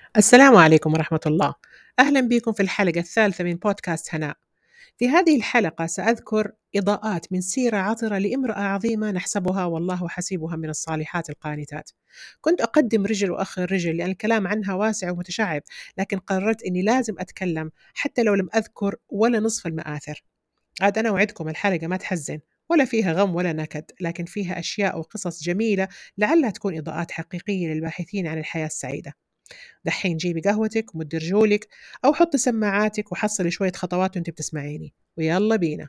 السلام عليكم ورحمة الله. أهلا بكم في الحلقة الثالثة من بودكاست هناء. في هذه الحلقة سأذكر إضاءات من سيرة عطرة لامرأة عظيمة نحسبها والله حسيبها من الصالحات القانتات. كنت أقدم رجل وأخر رجل لأن الكلام عنها واسع ومتشعب، لكن قررت أني لازم أتكلم حتى لو لم أذكر ولا نصف المآثر. عاد أنا وعدكم الحلقة ما تحزن ولا فيها غم ولا نكد، لكن فيها أشياء وقصص جميلة لعلها تكون إضاءات حقيقية للباحثين عن الحياة السعيدة. دحين جيبي قهوتك ومدي رجولك أو حطي سماعاتك وحصلي شوية خطوات وانت بتسمعيني، ويلا بينا.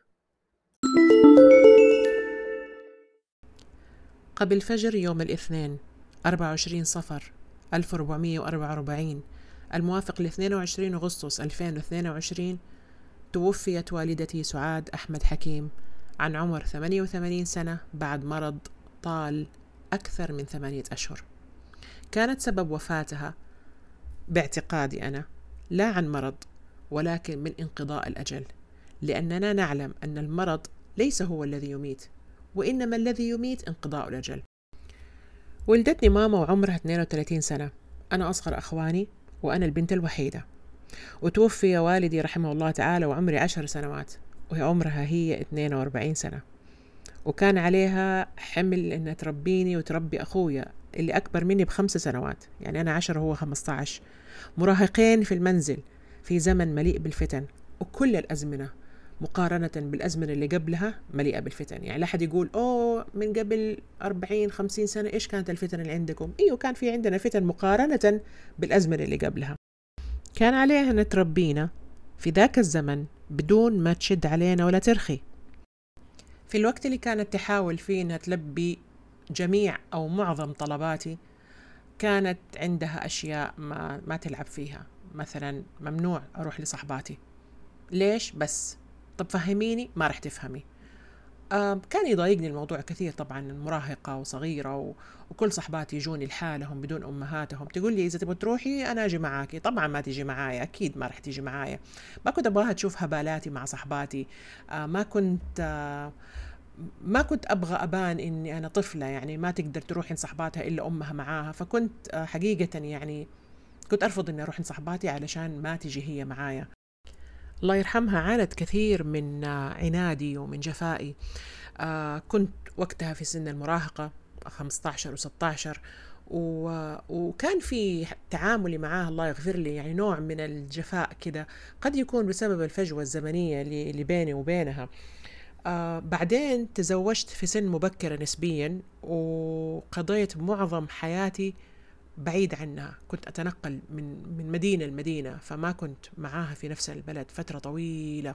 قبل فجر يوم الاثنين 24 صفر 1444 الموافق ل 22 أغسطس 2022، توفيت والدتي سعاد أحمد حكيم عن عمر 88 سنة بعد مرض طال أكثر من 8 أشهر. كانت سبب وفاتها باعتقادي أنا لا عن مرض، ولكن من انقضاء الأجل، لأننا نعلم أن المرض ليس هو الذي يميت، وإنما الذي يميت انقضاء الأجل. ولدتني ماما وعمرها 32 سنة، أنا أصغر أخواني وأنا البنت الوحيدة. وتوفي والدي رحمه الله تعالى وعمري 10 سنوات، وهي عمرها هي 42 سنة، وكان عليها حمل إنها تربيني وتربي أخويا اللي أكبر مني ب5 سنوات، يعني أنا 10 وهو 15، مراهقين في المنزل في زمن مليء بالفتن، وكل الأزمنة مقارنة بالأزمنة اللي قبلها مليئة بالفتن. يعني لا حد يقول أوه من قبل 40-50 سنة إيش كانت الفتن اللي عندكم؟ إيوه كان في عندنا فتن مقارنة بالأزمنة اللي قبلها. كان عليها أن تربينا في ذاك الزمن بدون ما تشد علينا ولا ترخي. في الوقت اللي كانت تحاول فيه أنها تلبي جميع أو معظم طلباتي، كانت عندها أشياء ما تلعب فيها. مثلا ممنوع أروح لصحباتي. ليش بس؟ طب فهميني. ما رح تفهمي. كان يضايقني الموضوع كثير طبعا، مراهقة وصغيرة وكل صحباتي يجوني لحالهم بدون أمهاتهم، تقول لي إذا تبغى تروحي أنا أجي معاكي. طبعا ما تيجي معايا، أكيد ما رح تيجي معايا. ما كنت أبغاها تشوف هبالاتي مع صحباتي. ما كنت أبغى أبان إني أنا طفلة، يعني ما تقدر تروح عند صحباتها إلا أمها معاها. فكنت حقيقة يعني كنت أرفض إني أروح عند صحباتي علشان ما تجي هي معايا. الله يرحمها عانت كثير من عنادي ومن جفائي. كنت وقتها في سن المراهقة 15 و16، وكان في تعاملي معاها الله يغفر لي يعني نوع من الجفاء كده، قد يكون بسبب الفجوة الزمنية اللي بيني وبينها. بعدين تزوجت في سن مبكرة نسبيا، وقضيت معظم حياتي بعيد عنها. كنت أتنقل من مدينة لمدينة، فما كنت معاها في نفس البلد فترة طويلة،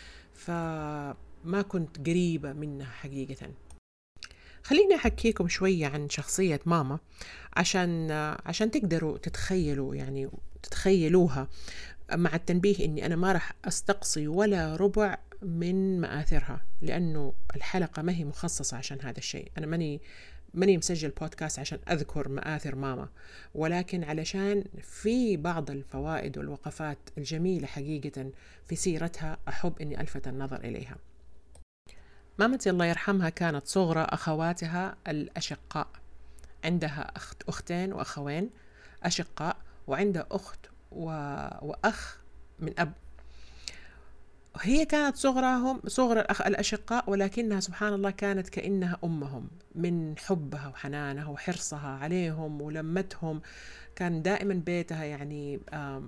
فما كنت قريبة منها حقيقة. خليني أحكيكم شوية عن شخصية ماما عشان تقدروا تتخيلوا، يعني تتخيلوها، مع التنبيه إني أنا ما راح أستقصي ولا ربع من مآثرها، لأنه الحلقة ما هي مخصصة عشان هذا الشيء. أنا ماني مسجل بودكاست عشان أذكر مآثر ماما، ولكن علشان في بعض الفوائد والوقفات الجميلة حقيقة في سيرتها أحب إني ألفت النظر إليها. مامتي الله يرحمها كانت صغرى أخواتها الأشقاء. عندها أختين وأخوين أشقاء، وعندها أخت وأخ من أب. هي كانت صغر الأشقاء، ولكنها سبحان الله كانت كأنها أمهم من حبها وحنانها وحرصها عليهم ولمتهم. كان دائما بيتها يعني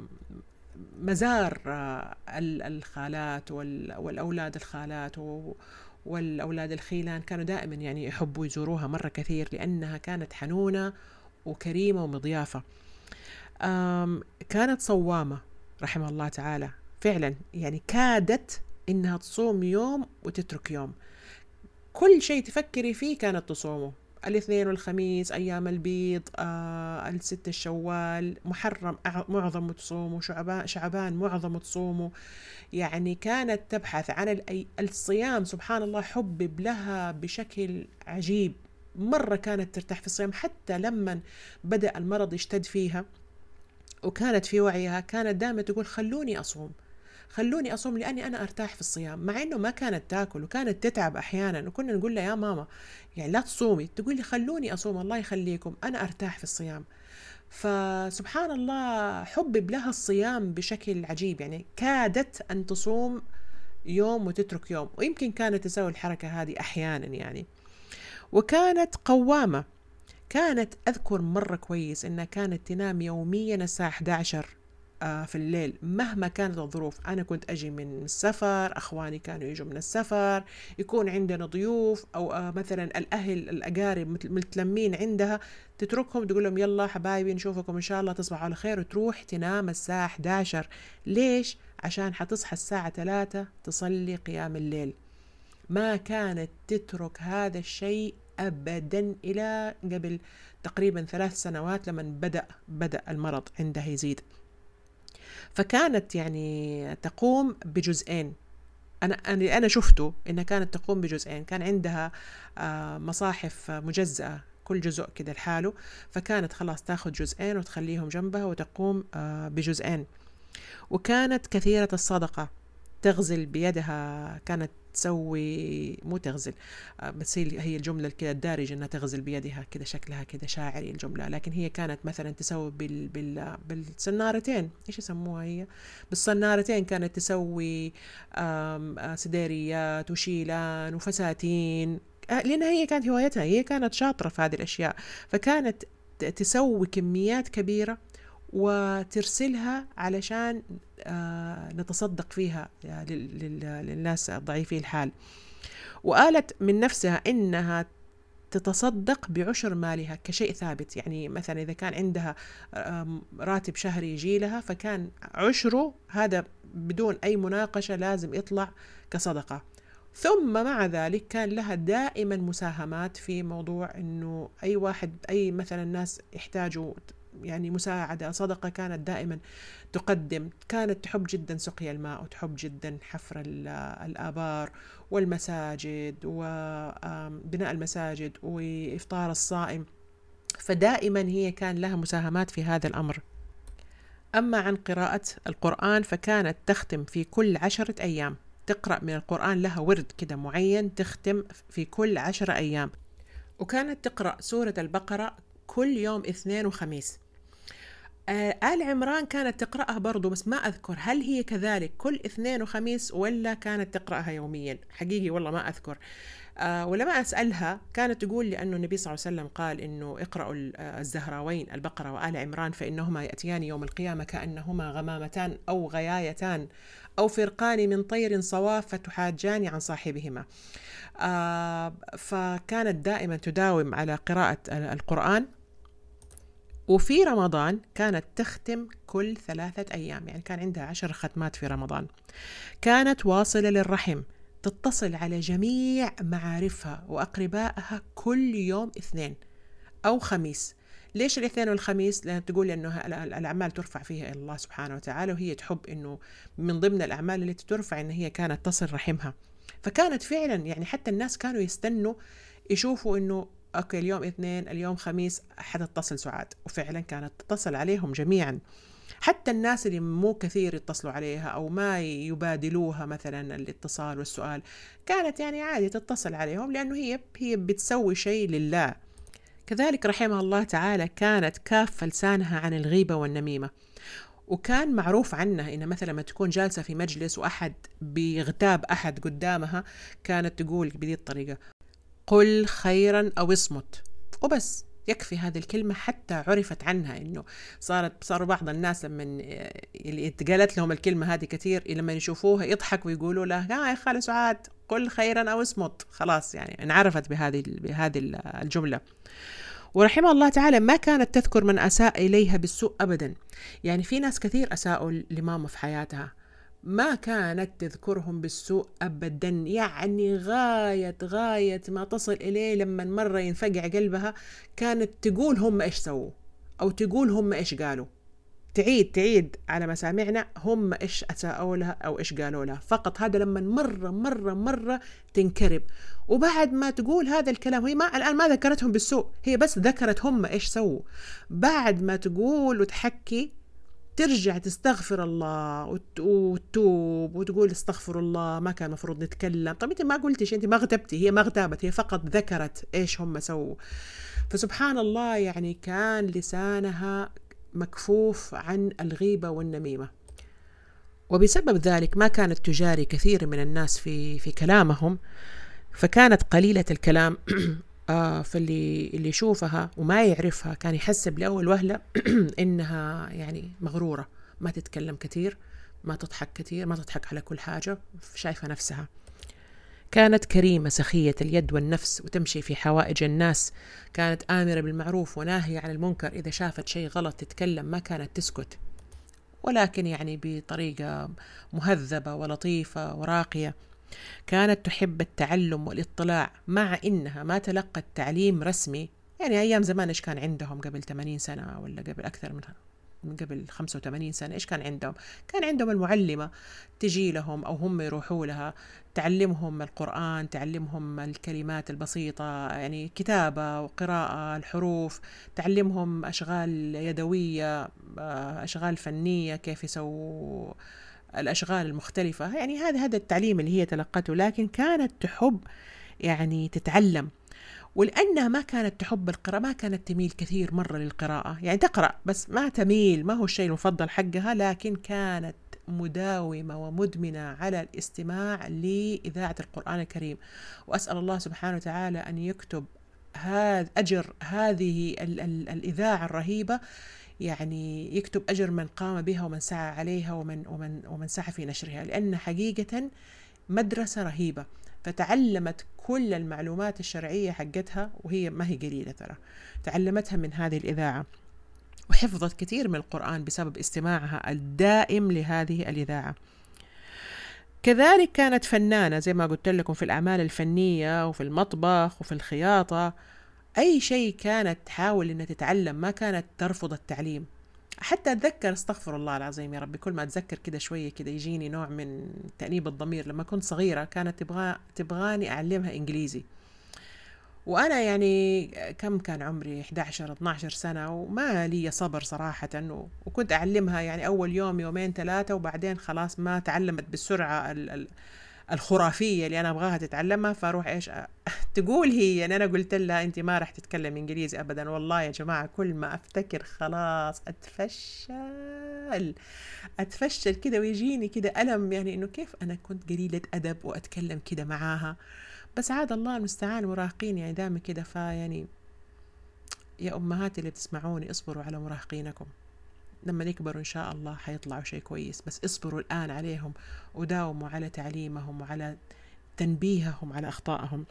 مزار الخالات والأولاد الخالات والأولاد الخيلان، كانوا دائما يعني يحبوا يزوروها مرة كثير لأنها كانت حنونة وكريمة ومضيافة. كانت صوامة رحمه الله تعالى، فعلا يعني كادت إنها تصوم يوم وتترك يوم. كل شيء تفكري فيه كانت تصومه، الاثنين والخميس، أيام البيض، الست الشوال، محرم معظم تصومه، شعبان معظم تصومه. يعني كانت تبحث عن الصيام. سبحان الله حبب لها بشكل عجيب. مرة كانت ترتاح في الصيام، حتى لما بدأ المرض يشتد فيها وكانت في وعيها كانت دائما تقول خلوني أصوم، خلوني أصوم لأني أنا أرتاح في الصيام، مع إنه ما كانت تاكل وكانت تتعب أحيانا، وكنا نقول لها يا ماما يعني لا تصومي، تقول لي خلوني أصوم الله يخليكم أنا أرتاح في الصيام. فسبحان الله حبب لها الصيام بشكل عجيب، يعني كادت أن تصوم يوم وتترك يوم، ويمكن كانت تسوي الحركة هذه أحيانا يعني. وكانت قوامة، كانت أذكر مرة كويس إنها كانت تنام يوميا الساعة 11 في الليل مهما كانت الظروف. أنا كنت أجي من السفر، أخواني كانوا يجوا من السفر، يكون عندنا ضيوف أو مثلا الأهل الأقارب متلمين عندها، تتركهم تقول لهم يلا حبايبي نشوفكم إن شاء الله تصبحوا على خير، وتروح تنام الساعة 11. ليش؟ عشان حتصحى الساعة 3 تصلي قيام الليل. ما كانت تترك هذا الشيء أبدا إلى قبل تقريبا 3 سنوات لما بدأ المرض عندها يزيد. فكانت يعني تقوم بجزئين، أنا شفته إنها كانت تقوم بجزئين. كان عندها مصاحف مجزأة كل جزء كده لحاله، فكانت خلاص تاخذ جزئين وتخليهم جنبها وتقوم بجزئين. وكانت كثيرة الصدقة، تغزل بيدها، كانت تسوي مو تغزل بس هي الجملة كده الدارجة انها تغزل بيدها كده، شكلها كده شاعري الجملة، لكن هي كانت مثلا تسوي بالصنارتين، ايش يسموها هي، بالصنارتين كانت تسوي سديريات وشيلان وفساتين، لأنها هي كانت هوايتها، هي كانت شاطرة في هذه الأشياء. فكانت تسوي كميات كبيرة وترسلها علشان نتصدق فيها للناس ضعيفي الحال. وقالت من نفسها إنها تتصدق بعشر مالها كشيء ثابت، يعني مثلا إذا كان عندها راتب شهري يجي لها، فكان عشره هذا بدون أي مناقشة لازم يطلع كصدقة. ثم مع ذلك كان لها دائما مساهمات في موضوع إنه أي واحد، أي مثلا الناس يحتاجوا يعني مساعدة صدقة، كانت دائما تقدم. كانت تحب جدا سقيا الماء، وتحب جدا حفر الآبار والمساجد وبناء المساجد وإفطار الصائم، فدائما هي كان لها مساهمات في هذا الأمر. أما عن قراءة القرآن فكانت تختم في كل 10 أيام، تقرأ من القرآن، لها ورد كده معين تختم في كل 10 أيام. وكانت تقرأ سورة البقرة كل يوم اثنين وخميس. آل عمران كانت تقرأها برضو، بس ما أذكر هل هي كذلك كل اثنين وخميس ولا كانت تقرأها يوميا، حقيقي والله ما أذكر. ولما أسألها كانت تقول لي أنه النبي صلى الله عليه وسلم قال أنه اقرأوا الزهراوين البقرة وآل عمران فإنهما يأتيان يوم القيامة كأنهما غمامتان أو غيايتان أو فرقان من طير صواف فتحاجان عن صاحبهما. فكانت دائما تداوم على قراءة القرآن. وفي رمضان كانت تختم كل 3 أيام، يعني كان عندها 10 ختمات في رمضان. كانت واصلة للرحم، تتصل على جميع معارفها وأقربائها كل يوم اثنين أو خميس. ليش الاثنين والخميس؟ لأن تقول أنه الأعمال ترفع فيها إلى الله سبحانه وتعالى، وهي تحب أنه من ضمن الأعمال التي ترفع أن هي كانت تصل رحمها. فكانت فعلا يعني حتى الناس كانوا يستنوا يشوفوا أنه أوكي اليوم اثنين اليوم خميس حتتصل سعاد، وفعلا كانت تتصل عليهم جميعا، حتى الناس اللي مو كثير يتصلوا عليها أو ما يبادلوها مثلا الاتصال والسؤال، كانت يعني عادي تتصل عليهم لأنه هي بتسوي شيء لله. كذلك رحمها الله تعالى كانت كافة لسانها عن الغيبة والنميمة. وكان معروف عنها إن مثلا لما تكون جالسة في مجلس وأحد بيغتاب أحد قدامها، كانت تقول بهذه الطريقة: قل خيرا أو اصمت، وبس يكفي هذه الكلمة حتى عرفت عنها. إنه صاروا بعض الناس لما اللي اتقالت لهم الكلمة هذه كثير لما يشوفوها يضحك ويقولوا لها يا خالة سعاد قل خيرا أو اصمت، خلاص يعني انعرفت بهذه الجملة. ورحمه الله تعالى ما كانت تذكر من أساء إليها بالسوء أبدا، يعني في ناس كثير أساءوا لماما في حياتها، ما كانت تذكرهم بالسوء أبدا، يعني غاية ما تصل إليه لما مرة ينفقع قلبها كانت تقول هم إيش سووا، أو تقول هم إيش قالوا، تعيد على مسامعنا هم إيش أساءوا لها أو إيش قالوا لها، فقط هذا لما مرة تنكرب. وبعد ما تقول هذا الكلام هي الآن ما ذكرتهم بالسوء، هي بس ذكرت هم إيش سووا. بعد ما تقول وتحكي ترجع تستغفر الله وتتوب وتقول استغفر الله، ما كان مفروض نتكلم. طب انت ما قلتش، انت ما اغتبتي، هي ما اغتابت، هي فقط ذكرت ايش هم سووا. فسبحان الله يعني كان لسانها مكفوف عن الغيبة والنميمة، وبسبب ذلك ما كانت تجاري كثير من الناس في كلامهم، فكانت قليلة الكلام. فاللي يشوفها وما يعرفها كان يحسب لأول وهلة إنها يعني مغرورة، ما تتكلم كثير، ما تضحك كثير، ما تضحك على كل حاجة، شايفة نفسها. كانت كريمة سخية اليد والنفس، وتمشي في حوائج الناس، كانت آمرة بالمعروف وناهية عن المنكر، إذا شافت شيء غلط تتكلم، ما كانت تسكت، ولكن يعني بطريقة مهذبة ولطيفة وراقية. كانت تحب التعلم والاطلاع، مع إنها ما تلقت تعليم رسمي. يعني أيام زمان إيش كان عندهم قبل 80 سنة ولا قبل أكثر من قبل 85 سنة؟ إيش كان عندهم؟ كان عندهم المعلمة تجي لهم أو هم يروحوا لها، تعلمهم القرآن، تعلمهم الكلمات البسيطة، يعني كتابة وقراءة الحروف، تعلمهم أشغال يدوية، أشغال فنية، كيف يسووا الأشغال المختلفة. يعني هذا التعليم اللي هي تلقته، لكن كانت تحب يعني تتعلم. ولأنها ما كانت تحب القراءة، ما كانت تميل كثير مرة للقراءة، يعني تقرأ بس ما تميل، ما هو الشيء المفضل حقها، لكن كانت مداومة ومدمنة على الاستماع لإذاعة القرآن الكريم. وأسأل الله سبحانه وتعالى أن يكتب أجر هذه الإذاعة الرهيبة، يعني يكتب أجر من قام بها ومن سعى عليها ومن سعى في نشرها، لأن حقيقة مدرسة رهيبة. فتعلمت كل المعلومات الشرعية حقتها، وهي ما هي قليلة ترى، تعلمتها من هذه الإذاعة، وحفظت كثير من القرآن بسبب استماعها الدائم لهذه الإذاعة. كذلك كانت فنانة زي ما قلت لكم في الأعمال الفنية وفي المطبخ وفي الخياطة، أي شيء كانت تحاول إنها تتعلم، ما كانت ترفض التعليم. حتى أتذكر، استغفر الله العظيم يا ربي، كل ما أتذكر كده شوية كده يجيني نوع من تأنيب الضمير. لما كنت صغيرة كانت تبغاني أعلمها إنجليزي، وأنا يعني كم كان عمري 11 12 سنة، وما لي صبر صراحة، وكنت أعلمها يعني أول يوم يومين ثلاثة، وبعدين خلاص ما تعلمت بالسرعة الخرافية اللي أنا أبغاها تتعلمها، فأروح إيش تقول هي، يعني أنا قلت لها أنت ما راح تتكلم إنجليزي أبدا. والله يا جماعة كل ما أفتكر خلاص أتفشل كده، ويجيني كده ألم، يعني إنه كيف أنا كنت قليلة أدب وأتكلم كده معاها. بس عاد الله المستعان، مراهقين يعني دائما كده. فيعني يا أمهاتي اللي بتسمعوني، اصبروا على مراهقينكم، لما يكبروا إن شاء الله حيطلعوا شيء كويس، بس اصبروا الآن عليهم، وداوموا على تعليمهم وعلى تنبيههم على أخطائهم.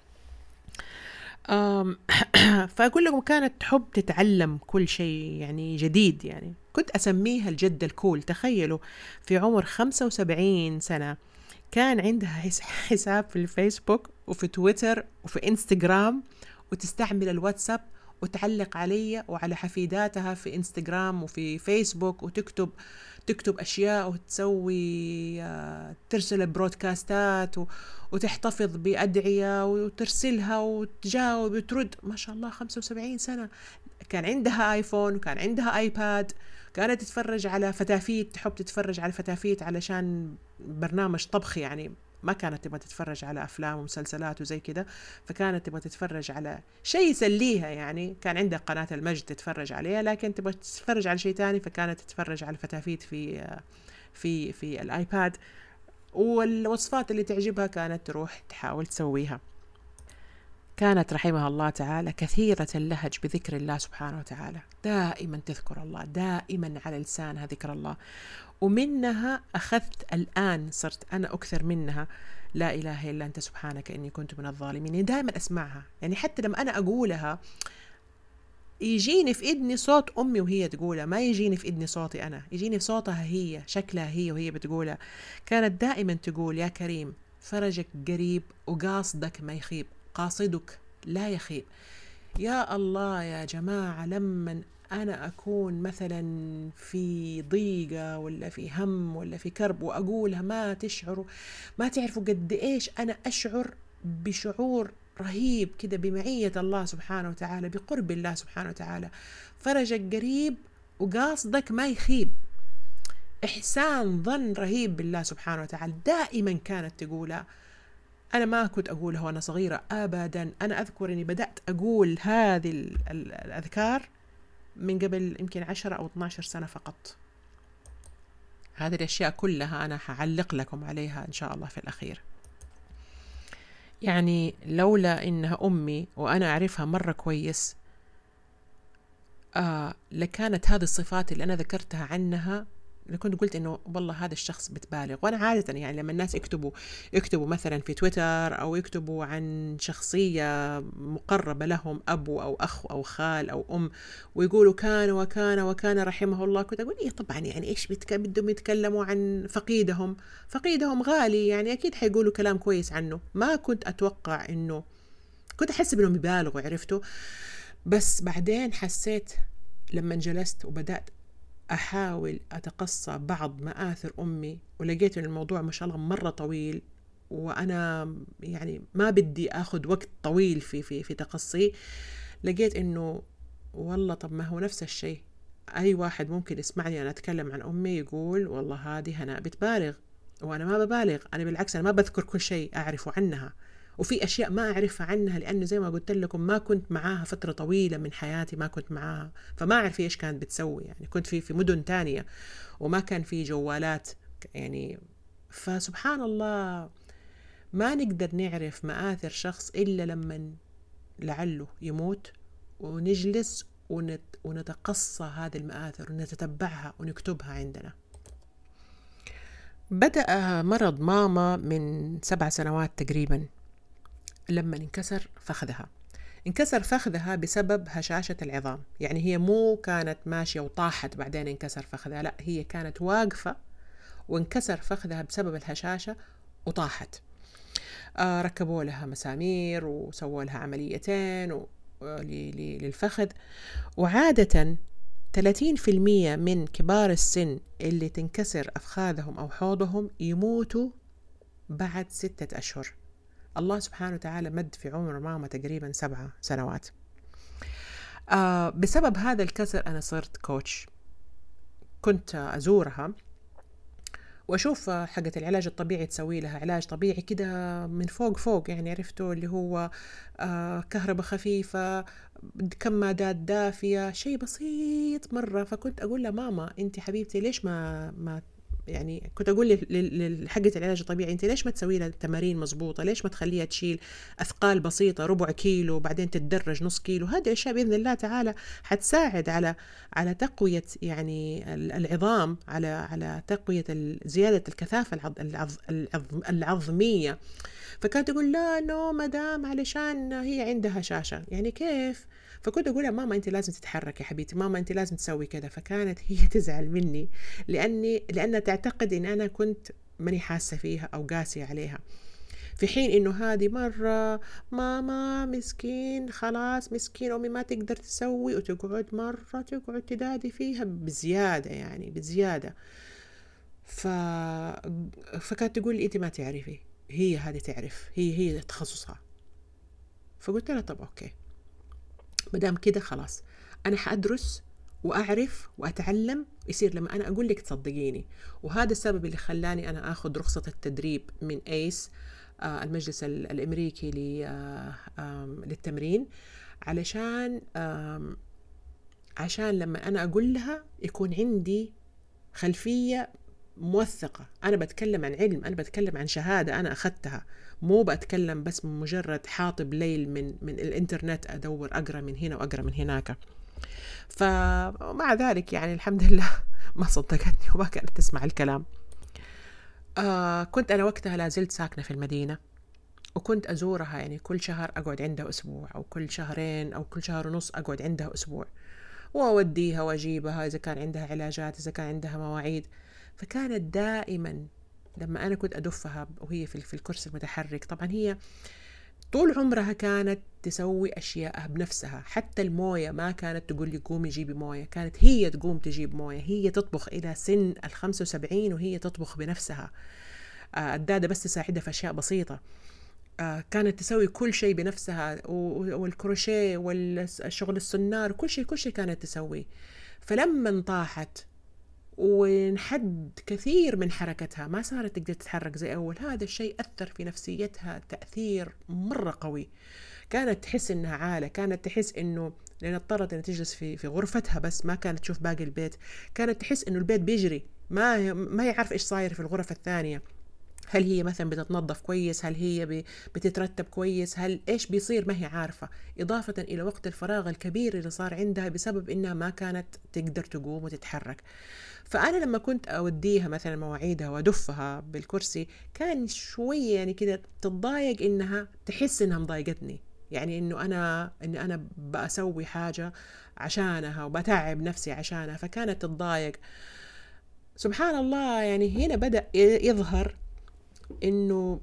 فأقول لكم كانت تحب تتعلم كل شيء يعني جديد. يعني كنت أسميها الجدة الكول. تخيلوا في عمر 75 سنة كان عندها حساب في الفيسبوك وفي تويتر وفي انستغرام، وتستعمل الواتساب وتعلق علي وعلى حفيداتها في انستغرام وفي فيسبوك، تكتب أشياء وتسوي ترسل برودكاستات وتحتفظ بأدعية وترسلها وتجاوب وترد. ما شاء الله 75 سنة. كان عندها آيفون وكان عندها آيباد، كانت تتفرج على فتافيت، تحب تتفرج على فتافيت علشان برنامج طبخ، يعني ما كانت تبغى تتفرج على أفلام ومسلسلات وزي كده، فكانت تبغى تتفرج على شيء يسليها. يعني كان عندها قناة المجد تتفرج عليها، لكن تبغى تتفرج على شيء تاني، فكانت تتفرج على فتافيت في الآيباد. والوصفات اللي تعجبها كانت تروح تحاول تسويها. كانت رحمها الله تعالى كثيرة اللهج بذكر الله سبحانه وتعالى، دائما تذكر الله، دائما على لسانها ذكر الله. ومنها أخذت الآن، صرت أنا أكثر منها لا إله إلا أنت سبحانك إني كنت من الظالمين. يعني دائما أسمعها، يعني حتى لما أنا أقولها يجيني في إذني صوت أمي وهي تقولها، ما يجيني في إذني صوتي أنا، يجيني في صوتها هي، شكلها هي وهي بتقولها. كانت دائما تقول يا كريم فرجك قريب وقاصدك ما يخيب، قاصدك لا يخيب. يا الله يا جماعة، لما أنا أكون مثلا في ضيقة ولا في هم ولا في كرب وأقولها، ما تعرفوا قد إيش أنا أشعر بشعور رهيب كده بمعية الله سبحانه وتعالى، بقرب الله سبحانه وتعالى. فرجك قريب وقاصدك ما يخيب. إحسان ظن رهيب بالله سبحانه وتعالى. دائما كانت تقولها. أنا ما كنت أقولها وأنا صغيرة أبدا. أنا أذكر أني بدأت أقول هذه الأذكار من قبل يمكن 10 أو 12 سنة فقط. هذه الأشياء كلها أنا حعلق لكم عليها إن شاء الله في الأخير. يعني لولا إنها أمي وأنا أعرفها مرة كويس لكانت هذه الصفات اللي أنا ذكرتها عنها كنت قلت إنه والله هذا الشخص بتبالغ. وأنا عادة يعني لما الناس يكتبوا مثلا في تويتر أو يكتبوا عن شخصية مقربة لهم، أب أو أخ أو خال أو أم، ويقولوا كان وكان وكان رحمه الله، كنت أقول إيه طبعا يعني إيش بدهم يتكلموا عن فقيدهم غالي، يعني أكيد حيقولوا كلام كويس عنه. ما كنت أتوقع إنه، كنت أحس إنهم يبالغوا، عرفتوا. بس بعدين حسيت لما جلست وبدأت أحاول أتقصى بعض مآثر أمي، ولقيت إن الموضوع ما شاء الله مرة طويل، وأنا يعني ما بدي أخذ وقت طويل في تقصي. لقيت إنه والله طب ما هو نفس الشيء. أي واحد ممكن يسمعني أنا أتكلم عن أمي يقول والله هذه هناء بتبالغ، وأنا ما ببالغ. أنا بالعكس، أنا ما بذكر كل شيء أعرفه عنها، وفي أشياء ما أعرفها عنها لأنه زي ما قلت لكم ما كنت معاها فترة طويلة من حياتي، ما كنت معاها، فما أعرف إيش كانت بتسوي. يعني كنت في مدن تانية وما كان في جوالات يعني. فسبحان الله ما نقدر نعرف مآثر شخص إلا لما لعله يموت ونجلس ونتقصى هذه المآثر ونتتبعها ونكتبها عندنا. بدأ مرض ماما من 7 سنوات تقريباً، لما انكسر فخذها بسبب هشاشة العظام. يعني هي مو كانت ماشية وطاحت بعدين انكسر فخذها، لا، هي كانت واقفة وانكسر فخذها بسبب الهشاشة وطاحت. ركبوا لها مسامير وسووا لها عمليتين للفخذ. وعادة 30% من كبار السن اللي تنكسر أفخاذهم أو حوضهم يموتوا بعد 6 أشهر. الله سبحانه وتعالى مد في عمر ماما تقريبا 7 سنوات. بسبب هذا الكسر أنا صرت كوتش. كنت أزورها وأشوف حقة العلاج الطبيعي تسوي لها علاج طبيعي كده من فوق، يعني عرفتوا اللي هو كهرباء خفيفة، كمادات دافية، شيء بسيط مرة. فكنت أقول لها ماما أنت حبيبتي ليش ما يعني كنت أقول لحقة العلاج الطبيعي أنت ليش ما تسوي لها تمارين مضبوطة، ليش ما تخليها تشيل أثقال بسيطة ربع كيلو بعدين تتدرج نص كيلو. هذه الأشياء بإذن الله تعالى حتساعد على تقوية يعني العظام، على تقوية زيادة الكثافة العظمية. فكانت تقول لا نو مدام علشان هي عندها هشاشة. يعني كيف؟ فكنت أقول لها ماما أنت لازم تتحرك يا حبيبتي، ماما أنت لازم تسوي كذا. فكانت هي تزعل مني لأنها تعتقد إن أنا كنت ماني حاسة فيها أو قاسية عليها، في حين إنه هذه مرة ماما مسكين، خلاص مسكين أمي ما تقدر تسوي، وتقعد مرة تقعد تدادي فيها بزيادة، يعني بزيادة. فكانت تقول لي أنت ما تعرفي، هي هذه تعرف، هي تخصصها. فقلت لها طب أوكي، مدام كده خلاص أنا حأدرس وأعرف وأتعلم، يصير لما أنا أقول لك تصدقيني. وهذا السبب اللي خلاني أنا أخذ رخصة التدريب من ACE، المجلس الأمريكي للتمرين، عشان لما أنا أقول لها يكون عندي خلفية موثقة. أنا بتكلم عن علم، أنا بتكلم عن شهادة أنا أخذتها، مو بتكلم بس من مجرد حاطب ليل من الإنترنت أدور أقرأ من هنا وأقرأ من هناك. فمع ذلك يعني الحمد لله ما صدقتني وما كانت تسمع الكلام. كنت أنا وقتها لازلت ساكنة في المدينة، وكنت أزورها يعني كل شهر أقعد عندها أسبوع، أو كل شهرين أو كل شهر ونص أقعد عندها أسبوع، وأوديها وأجيبها إذا كان عندها علاجات، إذا كان عندها مواعيد. فكانت دائما لما أنا كنت أدفها وهي في الكرسي المتحرك، طبعا هي طول عمرها كانت تسوي أشياء بنفسها. حتى الموية ما كانت تقول لي قومي جيبي موية، كانت هي تقوم تجيب موية. هي تطبخ إلى سن 75 وهي تطبخ بنفسها. الدادة بس تساعدها في أشياء بسيطة. كانت تسوي كل شيء بنفسها، والكروشيه والشغل السنار، كل شيء كانت تسوي. فلما طاحت وانحد كثير من حركتها، ما صارت تقدر تتحرك زي أول. هذا الشيء أثر في نفسيتها تأثير مرة قوي. كانت تحس إنها عالة، كانت تحس إنه، لأن اضطرت إنها تجلس في غرفتها بس، ما كانت تشوف باقي البيت. كانت تحس إنه البيت بيجري، ما هي عارفة إيش صاير في الغرف الثانية. هل هي مثلا بتتنظف كويس؟ هل هي بتترتب كويس؟ هل ايش بيصير؟ ما هي عارفة. إضافة إلى وقت الفراغ الكبير اللي صار عندها بسبب إنها ما كانت تقدر تقوم وتتحرك. فأنا لما كنت أوديها مثلا مواعيدها وأدفها بالكرسي، كان شوية يعني كده تتضايق، إنها تحس إنها مضايقتني، يعني إني أنا بسوي حاجة عشانها وبتعب نفسي عشانها، فكانت تتضايق. سبحان الله، يعني هنا بدأ يظهر إنه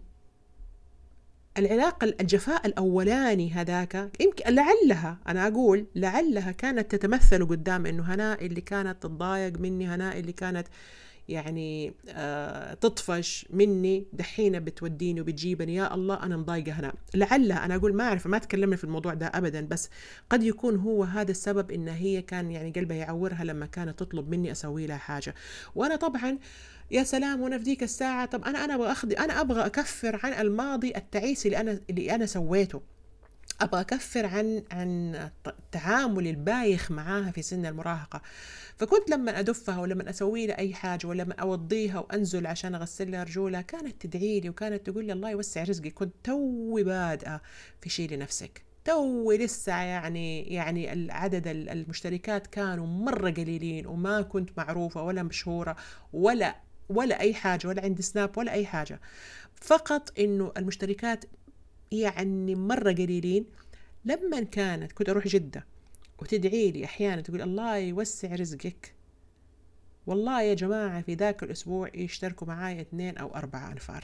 العلاقة، الجفاء الأولاني هذاك، يمكن أنا أقول لعلها كانت تتمثل قدام إنه هناء اللي كانت تتضايق مني، هناء اللي كانت يعني تطفش مني، دحين بتوديني وبتجيبني، يا الله أنا مضايقة هنا. لعلها، أنا أقول ما أعرف، ما تكلمنا في الموضوع ده أبدا، بس قد يكون هو هذا السبب، إن هي كان يعني قلبها يعورها لما كانت تطلب مني أسوي لها حاجة. وأنا طبعا يا سلام، وانا في ذيك الساعة، طب أنا أبغى أكفر عن الماضي التعيس اللي أنا سويته، أبغى أكفر عن التعامل البايخ معاها في سن المراهقة. فكنت لما أدفها ولما أسوي لها أي حاجة، ولما أوضيها وأنزل عشان أغسل لها رجولها، كانت تدعي لي وكانت تقول لي الله يوسع رزقي. كنت توي بادئة في شيء لنفسك، توي لسه، يعني العدد المشتركات كانوا مرة قليلين، وما كنت معروفة ولا مشهورة ولا أي حاجة، ولا عندي سناب ولا أي حاجة، فقط إنه المشتركات يعني مرة قليلين. لما كنت أروح جدة وتدعي لي أحيانا تقول الله يوسع رزقك، والله يا جماعة في ذاك الأسبوع يشتركوا معايا 2 أو 4 أنفار.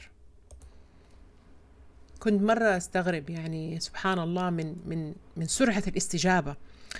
كنت مرة أستغرب، يعني سبحان الله من سرعة الاستجابة.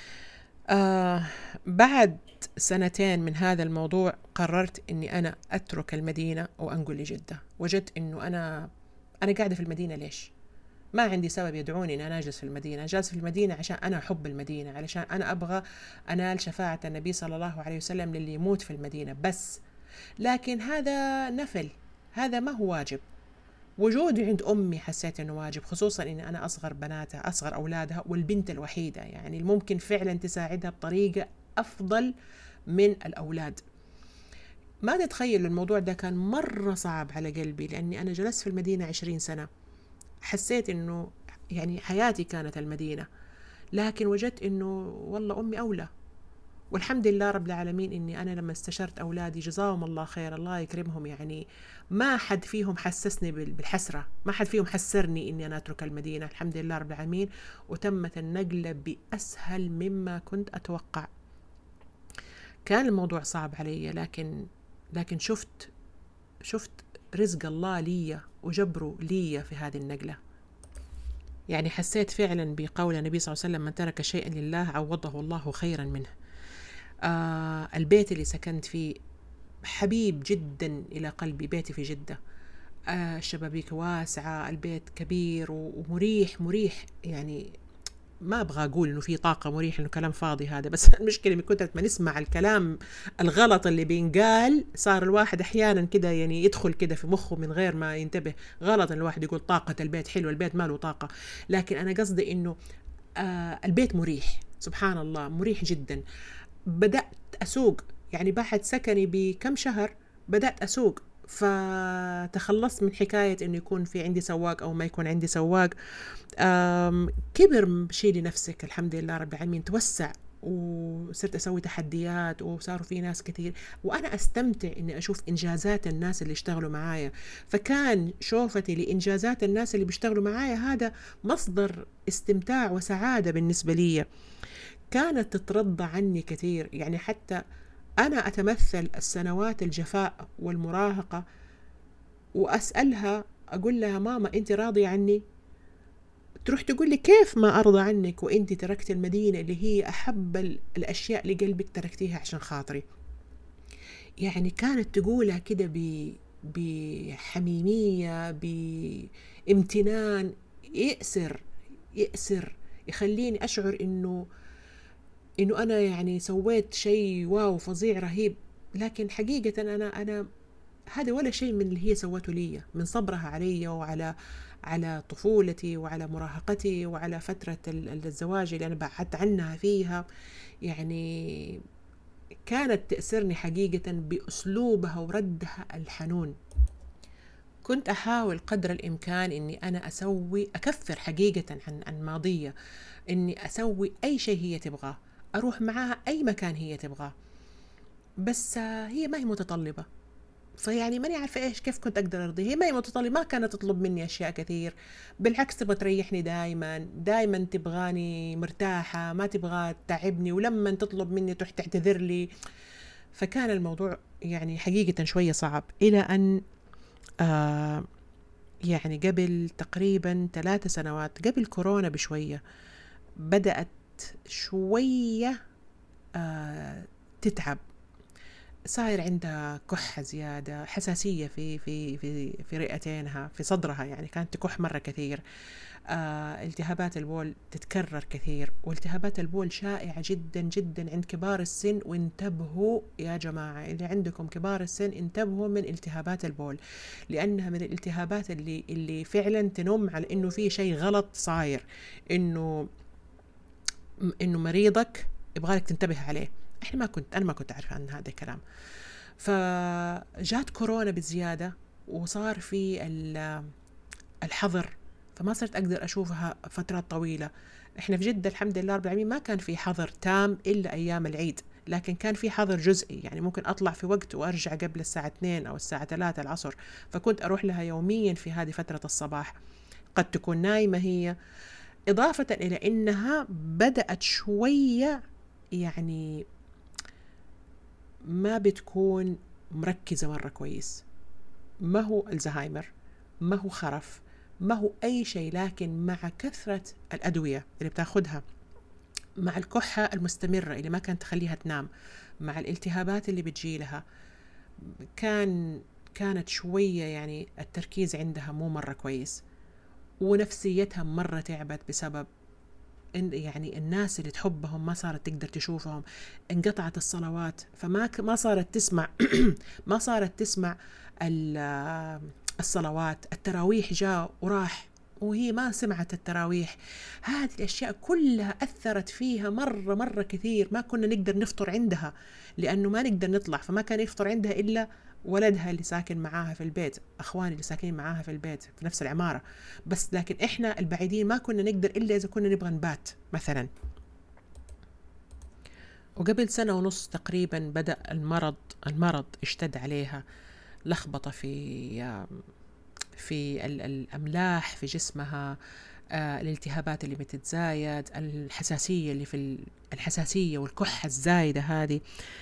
بعد 2 من هذا الموضوع قررت أني أنا أترك المدينة وأنقل لجدة. وجدت أنه أنا قاعدة في المدينة ليش؟ ما عندي سبب يدعوني أن أنا أجلس في المدينة. جالس في المدينة عشان أنا أحب المدينة، علشان أنا أبغى أنال شفاعة النبي صلى الله عليه وسلم للي يموت في المدينة بس. لكن هذا نفل، هذا ما هو واجب. وجودي عند أمي حسيت أنه واجب، خصوصا أني أنا أصغر بناتها، أصغر أولادها، والبنت الوحيدة، يعني الممكن فعلا تساعدها بطريقة أفضل من الأولاد. ما تتخيل الموضوع ده كان مرة صعب على قلبي، لأني أنا جلست في المدينة 20 سنة. حسيت إنه يعني حياتي كانت المدينة، لكن وجدت إنه والله أمي أولى. والحمد لله رب العالمين إني أنا لما استشرت أولادي جزاهم الله خير، الله يكرمهم، يعني ما حد فيهم حسسني بالحسرة، ما حد فيهم حسرني إني أنا أترك المدينة، الحمد لله رب العالمين. وتمت النقلة بأسهل مما كنت أتوقع. كان الموضوع صعب علي، لكن شفت رزق الله لي وجبره لي في هذه النقلة. يعني حسيت فعلا بقول النبي صلى الله عليه وسلم: من ترك شيئا لله عوضه الله خيرا منه. البيت اللي سكنت فيه حبيب جدا إلى قلبي، بيتي في جدة. الشبابيك واسعة، البيت كبير ومريح، يعني ما أبغى أقول إنه في طاقة مريح، إنه كلام فاضي هذا، بس المشكلة من كترة ما نسمع الكلام الغلط اللي بينقال، صار الواحد أحيانا كده يعني يدخل كده في مخه من غير ما ينتبه. غلط إن الواحد يقول طاقة البيت حلو، البيت ما له طاقة. لكن أنا قصدي إنه البيت مريح، سبحان الله مريح جدا. بدأت أسوق، يعني بعد سكني بكم شهر بدأت أسوق، فتخلصت من حكاية إنه يكون في عندي سواق أو ما يكون عندي سواق. كبر شيء لنفسك، الحمد لله رب العالمين، توسع وصرت أسوي تحديات، وصاروا في ناس كثير، وأنا أستمتع إني أشوف إنجازات الناس اللي اشتغلوا معايا. فكان شوفتي لإنجازات الناس اللي بيشتغلوا معايا هذا مصدر استمتاع وسعادة بالنسبة لي. كانت تترضى عني كثير، يعني حتى أنا أتمثل السنوات الجفاء والمراهقة وأسألها، أقول لها: ماما أنت راضية عني؟ تروح تقول لي: كيف ما أرضى عنك وأنت تركت المدينة اللي هي أحب الأشياء لقلبك تركتيها عشان خاطري. يعني كانت تقولها كده بحميمية، بامتنان يأسر يخليني أشعر إنه أنا يعني سويت شيء واو فظيع رهيب. لكن حقيقة أنا هذا ولا شيء من اللي هي سوته لي، من صبرها علي على طفولتي وعلى مراهقتي وعلى فترة الزواج اللي أنا بعدت عنها فيها. يعني كانت تأسرني حقيقة بأسلوبها وردها الحنون. كنت أحاول قدر الإمكان إني أنا أكفر حقيقة عن ماضية، إني أسوي أي شيء هي تبغاه، أروح معاها أي مكان هي تبغاه، بس هي ما هي متطلبة. فيعني ماني عارفة إيش كيف كنت أقدر أرضيها. هي ما هي متطلبة، ما كانت تطلب مني أشياء كثير، بالعكس تبغى تريحني دايما، دايما تبغاني مرتاحة، ما تبغى تتعبني، ولما تطلب مني تروح تعتذر لي. فكان الموضوع يعني حقيقة شوية صعب، إلى أن آه يعني قبل تقريبا 3 سنوات، قبل كورونا بشوية، بدأت شوية تتعب، صاير عندها كحة زيادة، حساسية في رئتينها، في صدرها، يعني كانت تكح مرة كثير. التهابات البول تتكرر كثير، والتهابات البول شائعة جدا جدا عند كبار السن. وانتبهوا يا جماعة اللي عندكم كبار السن، انتبهوا من التهابات البول، لأنها من الالتهابات اللي فعلا تنم على إنه في شيء غلط صاير، إنه مريضك يبغالك تنتبه عليه. أنا ما كنت أعرف عن هذا الكلام. فجات كورونا بزيادة، وصار في الحظر، فما صرت أقدر أشوفها فترات طويلة. إحنا في جدة الحمد لله رب العالمين ما كان في حظر تام إلا أيام العيد، لكن كان في حظر جزئي، يعني ممكن أطلع في وقت وأرجع قبل الساعة 2 أو الساعة 3 العصر. فكنت أروح لها يوميا في هذه فترة الصباح، قد تكون نايمة هي، إضافة إلى إنها بدأت شوية يعني ما بتكون مركزة مرة كويس. ما هو الزهايمر، ما هو خرف، ما هو أي شيء، لكن مع كثرة الأدوية اللي بتاخدها، مع الكحة المستمرة اللي ما كانت تخليها تنام، مع الالتهابات اللي بتجي لها، كانت شوية يعني التركيز عندها مو مرة كويس، ونفسيتها مرة تعبت بسبب يعني الناس اللي تحبهم ما صارت تقدر تشوفهم، انقطعت الصلوات، ما صارت تسمع ما صارت تسمع الصلوات. التراويح جاء وراح وهي ما سمعت التراويح. هذه الأشياء كلها أثرت فيها مرة مرة كثير. ما كنا نقدر نفطر عندها لأنه ما نقدر نطلع، فما كان يفطر عندها إلا ولدها اللي ساكن معاها في البيت، أخواني اللي ساكنين معاها في البيت في نفس العمارة بس، لكن إحنا البعيدين ما كنا نقدر إلا إذا كنا نبغى نبات مثلا. وقبل 1.5 تقريبا بدأ المرض اشتد عليها، لخبطة في الأملاح في جسمها، الالتهابات اللي بتتزايد، الحساسية والكحة الزايدة هذه.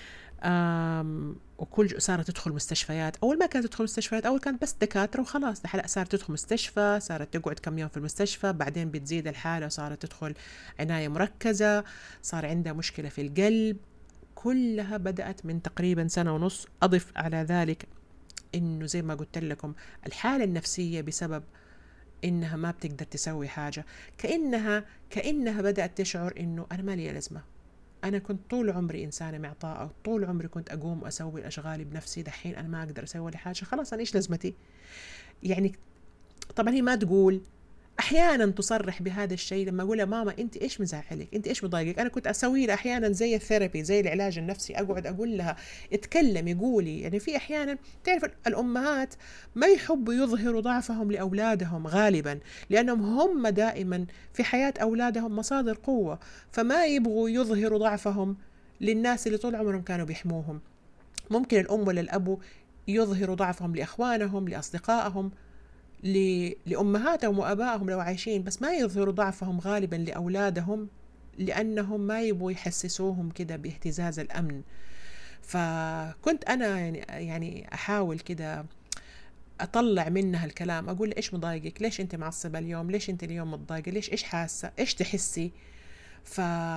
وكل صارت تدخل مستشفيات. أول ما كانت تدخل مستشفيات، أول كانت بس دكاترة وخلاص، لا صارت تدخل مستشفى، صارت تقعد كم يوم في المستشفى، بعدين بتزيد الحالة وصارت تدخل عناية مركزة، صار عندها مشكلة في القلب. كلها بدأت من تقريبا 1.5 سنة. أضف على ذلك إنه زي ما قلت لكم الحالة النفسية بسبب إنها ما بتقدر تسوي حاجة، كأنها بدأت تشعر إنه أنا ما لي لازمة. أنا كنت طول عمري إنسانة معطاءة، طول عمري كنت أقوم وأسوي أشغالي بنفسي، دحين أنا ما أقدر أسوي ولا حاجة، خلاص أنا إيش لازمتي؟ يعني طبعا هي ما تقول، احيانا تصرح بهذا الشيء. لما اقول لها ماما انت ايش مزعلك، انت ايش مضايقك، انا كنت اسوي لها احيانا زي الثيرابي، زي العلاج النفسي، اقعد اقول لها اتكلمي قولي. يعني في احيانا تعرف الامهات ما يحبوا يظهروا ضعفهم لاولادهم غالبا، لانهم هم دائما في حياة اولادهم مصادر قوة، فما يبغوا يظهروا ضعفهم للناس اللي طول عمرهم كانوا بيحموهم. ممكن الام ولا الابو يظهروا ضعفهم لاخوانهم، لاصدقائهم، لأمهاتهم وأبائهم لو عايشين، بس ما يظهروا ضعفهم غالبا لأولادهم، لأنهم ما يبغوا يحسسوهم كده باهتزاز الأمن. فكنت أنا يعني أحاول كده أطلع منها الكلام، أقول إيش مضايقك، ليش أنت معصبة اليوم، ليش أنت اليوم متضايقة، ليش، إيش حاسة، إيش تحسي. ف...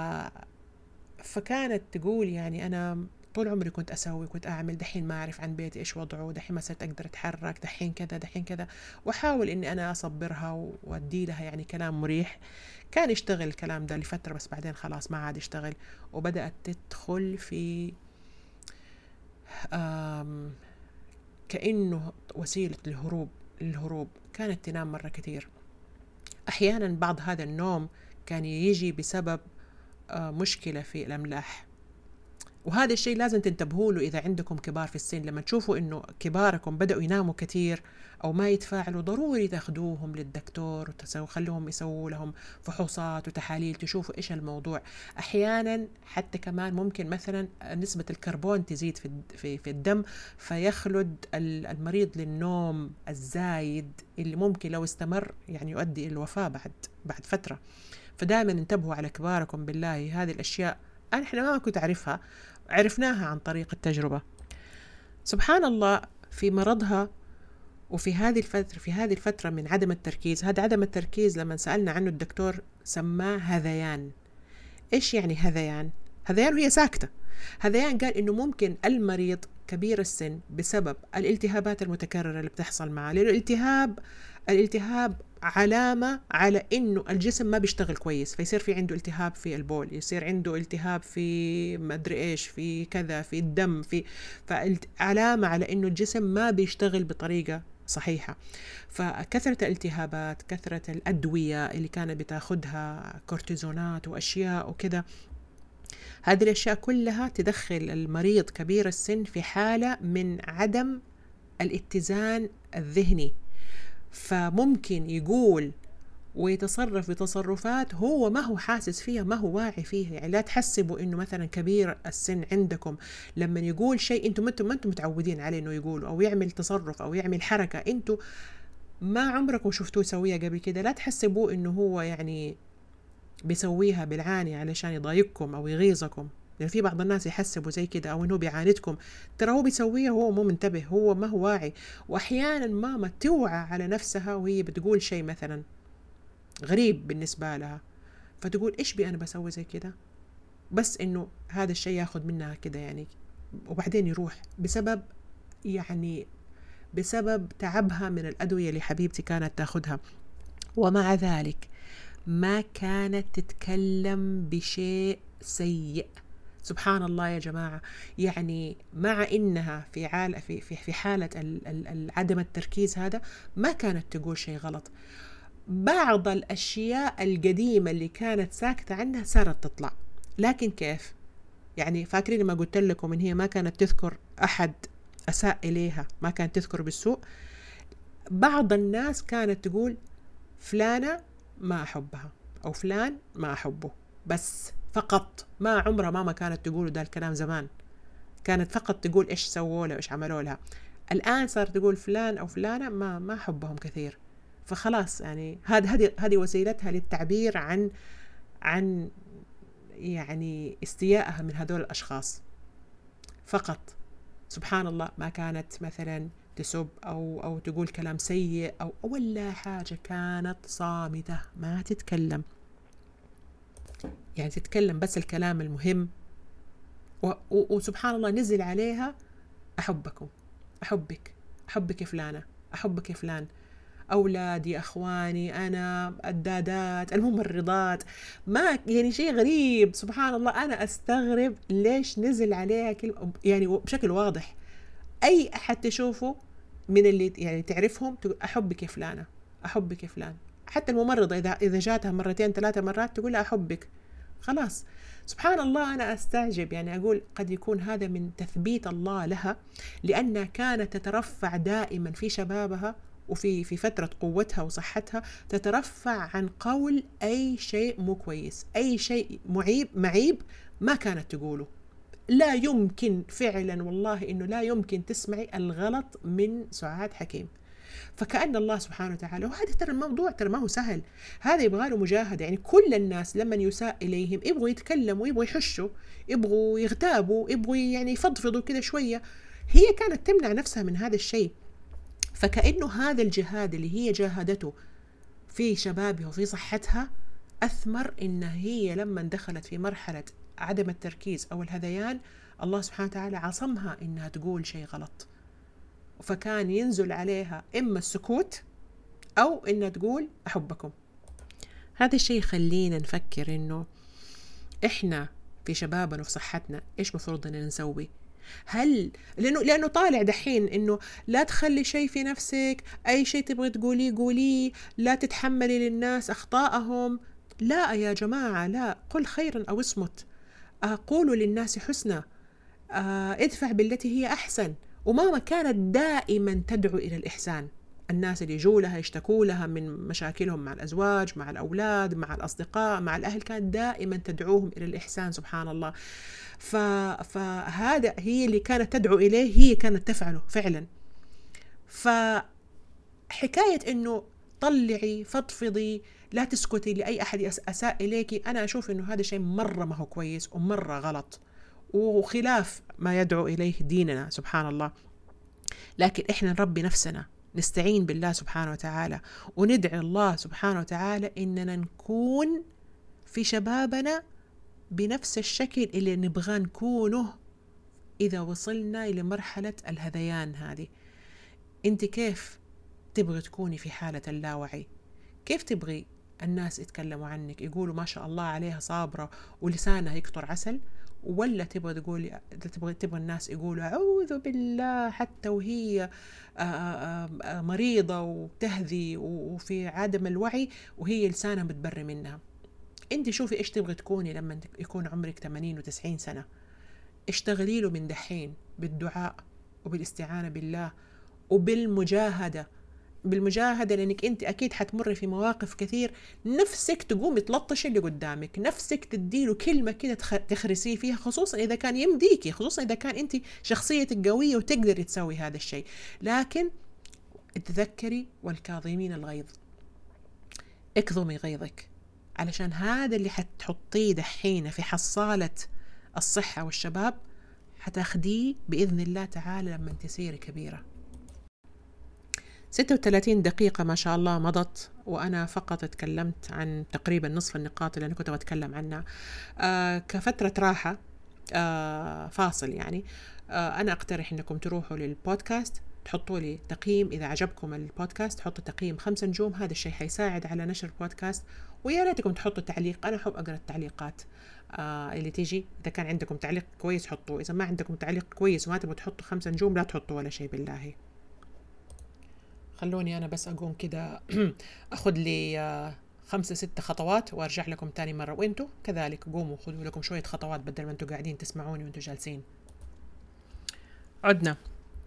فكانت تقول يعني أنا طول عمري كنت أسوي، كنت أعمل، دحين ما أعرف عن بيتي إيش وضعه، دحين ما صرت أقدر أتحرك، دحين كذا دحين كذا. وأحاول إني أنا أصبرها وأدي لها يعني كلام مريح. كان يشتغل الكلام ده لفترة، بس بعدين خلاص ما عاد يشتغل، وبدأت تدخل في كأنه وسيلة للهروب كانت تنام مرة كتير. أحيانا بعض هذا النوم كان يجي بسبب مشكلة في الأملاح، وهذا الشيء لازم تنتبهوا له إذا عندكم كبار في السن. لما تشوفوا إنه كباركم بدأوا يناموا كتير أو ما يتفاعلوا، ضروري تاخدوهم للدكتور وخلوهم يسووا لهم فحوصات وتحاليل تشوفوا إيش الموضوع. أحيانا حتى كمان ممكن مثلا نسبة الكربون تزيد في الدم، فيخلد المريض للنوم الزايد اللي ممكن لو استمر يعني يؤدي إلى الوفاة بعد فترة. فدائما انتبهوا على كباركم بالله. هذه الأشياء احنا ما كنت أعرفها، عرفناها عن طريق التجربة. سبحان الله، في مرضها وفي هذه الفترة من عدم التركيز. هذا عدم التركيز لما سألنا عنه الدكتور سماه هذيان. إيش يعني هذيان؟ هذيان وهي ساكتة. هذيان قال إنه ممكن المريض كبير السن بسبب الالتهابات المتكررة اللي بتحصل معه، لأنه الالتهاب علامة على إنه الجسم ما بيشتغل كويس، فيصير في عنده التهاب في البول، يصير عنده التهاب في ما أدري إيش، في كذا، في الدم، فعلامة على إنه الجسم ما بيشتغل بطريقة صحيحة. فكثرة الالتهابات، كثرة الأدوية اللي كانت بتاخدها، كورتيزونات وأشياء وكذا، هذه الأشياء كلها تدخل المريض كبير السن في حالة من عدم الاتزان الذهني. فممكن يقول ويتصرف بتصرفات هو ما هو حاسس فيها، ما هو واعي فيها. يعني لا تحسبوا إنه مثلا كبير السن عندكم لما يقول شيء أنتم ما أنتم متعودين عليه إنه يقولوا أو يعمل تصرف أو يعمل حركة أنتم ما عمركم شفتوه يسويها قبل كده، لا تحسبوا إنه هو يعني بيسويها بالعاني علشان يضايقكم أو يغيظكم. يعني في بعض الناس يحسبوا زي كده أو إنه بيعاندكم، ترى هو بيسويها هو مو منتبه، هو ما هو واعي. وأحيانا ماما توعى على نفسها وهي بتقول شيء مثلا غريب بالنسبة لها، فتقول إيش بي أنا بسوي زي كده، بس إنه هذا الشيء ياخد منها كده يعني، وبعدين يروح بسبب تعبها من الأدوية اللي حبيبتي كانت تاخدها. ومع ذلك ما كانت تتكلم بشيء سيء. سبحان الله يا جماعة. يعني مع إنها في حالة عدم التركيز هذا ما كانت تقول شيء غلط. بعض الأشياء القديمة اللي كانت ساكتة عنها صارت تطلع، لكن كيف؟ يعني فاكرين لما قلت لكم إن هي ما كانت تذكر أحد أساء إليها، ما كانت تذكر بالسوء. بعض الناس كانت تقول فلانة ما أحبها أو فلان ما أحبه، بس فقط. ما عمرها ماما كانت تقول ده الكلام زمان، كانت فقط تقول إيش سووا لها وإيش عملوا لها. الآن صارت تقول فلان أو فلانة ما أحبهم كثير. فخلاص يعني هذه وسيلتها للتعبير عن يعني استيائها من هذول الأشخاص فقط. سبحان الله، ما كانت مثلا تسب أو تقول كلام سيء أو ولا حاجة، كانت صامتة ما تتكلم. يعني تتكلم بس الكلام المهم. وسبحان الله نزل عليها أحبكم، أحبك يا فلانة، أحبك يا فلان، أولادي، أخواني، أنا، الدادات، الممرضات. ما يعني شيء غريب. سبحان الله أنا أستغرب ليش نزل عليها كلمة يعني بشكل واضح. أي أحد تشوفه من اللي يعني تعرفهم تقول أحبك يا فلانة، أحبك يا فلان. حتى الممرضة إذا جاتها مرتين 3 مرات تقول لها أحبك، خلاص. سبحان الله أنا أستعجب، يعني أقول قد يكون هذا من تثبيت الله لها، لأنها كانت تترفع دائما في شبابها وفي فترة قوتها وصحتها، تترفع عن قول أي شيء مو كويس، أي شيء معيب ما كانت تقوله. لا يمكن فعلا والله إنه لا يمكن تسمعي الغلط من سعاد حكيم. فكأن الله سبحانه وتعالى، وهذا ترى الموضوع ترى ما هو سهل، هذا يبغى له مجاهدة. يعني كل الناس لما يساء إليهم يبغوا يتكلموا، يبغوا يحشوا، يبغوا يغتابوا، يبغوا يعني يفضفضوا كده شوية. هي كانت تمنع نفسها من هذا الشيء. فكأنه هذا الجهاد اللي هي جاهدته في شبابها وفي صحتها أثمر، إن هي لما دخلت في مرحلة عدم التركيز أو الهذيان الله سبحانه وتعالى عصمها إنها تقول شيء غلط. فكان ينزل عليها إما السكوت أو إنها تقول أحبكم. هذا الشيء يخلينا نفكر إنه إحنا في شبابنا وفي صحتنا إيش مفروض إننا نسوي. لأنه طالع دحين إنه لا تخلي شيء في نفسك، أي شيء تبغي تقوليه قوليه، لا تتحملي للناس أخطائهم. لا يا جماعة، لا، قل خيرا أو اصمت. قولوا للناس حسنى، ادفع بالتي هي أحسن. وماما كانت دائما تدعو إلى الإحسان. الناس اللي يجوا لها يشتكوا لها من مشاكلهم مع الأزواج، مع الأولاد، مع الأصدقاء، مع الأهل، كانت دائما تدعوهم إلى الإحسان، سبحان الله. فهذا هي اللي كانت تدعو إليه، هي كانت تفعله فعلا. فحكاية إنه طلعي فضفضي، لا تسكتي لأي أحد أساء إليكي، أنا أشوف إنه هذا شيء مرة ما هو كويس ومرة غلط وخلاف ما يدعو إليه ديننا، سبحان الله. لكن إحنا نربي نفسنا، نستعين بالله سبحانه وتعالى، وندعي الله سبحانه وتعالى إننا نكون في شبابنا بنفس الشكل اللي نبغى نكونه إذا وصلنا إلى مرحلة الهذيان هذه. أنت كيف تبغي تكوني في حالة اللاوعي؟ كيف تبغي الناس يتكلموا عنك يقولوا ما شاء الله عليها صابرة ولسانها يقطر عسل؟ ولا تبغى تقولي، تبغى الناس يقولوا أعوذ بالله حتى وهي مريضة وتهذي وفي عدم الوعي وهي لسانها متبري منها؟ انت شوفي ايش تبغي تكوني لما يكون عمرك 80 و90 سنة. اشتغلي له من دحين بالدعاء وبالاستعانة بالله وبالمجاهدة. لأنك أنت أكيد حتمر في مواقف كثير نفسك تقوم تلطش اللي قدامك، نفسك تديله كلمة كده تخرسيه فيها، خصوصا إذا كان يمديكي، خصوصا إذا كان أنت شخصيتك قوية وتقدري تسوي هذا الشيء. لكن تذكري والكاظمين الغيظ، اكظمي غيظك، علشان هذا اللي حتحطيه دحين في حصالة الصحة والشباب حتاخديه بإذن الله تعالى لما تصيري كبيرة. 36 دقيقة ما شاء الله مضت، وأنا فقط تكلمت عن تقريبا نصف النقاط اللي أنا كنت أتكلم عنها. كفترة راحة، فاصل يعني. أنا أقترح أنكم تروحوا للبودكاست، تحطوا لي تقييم إذا عجبكم البودكاست، تحطوا تقييم 5 نجوم، هذا الشيء حيساعد على نشر البودكاست. ويا ريتكم تحطوا تعليق، أنا أحب أقرأ التعليقات اللي تيجي. إذا كان عندكم تعليق كويس حطوه، إذا ما عندكم تعليق كويس وما تبغوا تحطوا 5 نجوم لا تحطوا ولا شيء بالله. خلوني أنا بس أقوم كده أخذ لي 5-6 خطوات وأرجع لكم تاني مرة، وإنتوا كذلك قوموا خذوا لكم شوية خطوات بدل ما أنتوا قاعدين تسمعوني وإنتوا جالسين. عدنا.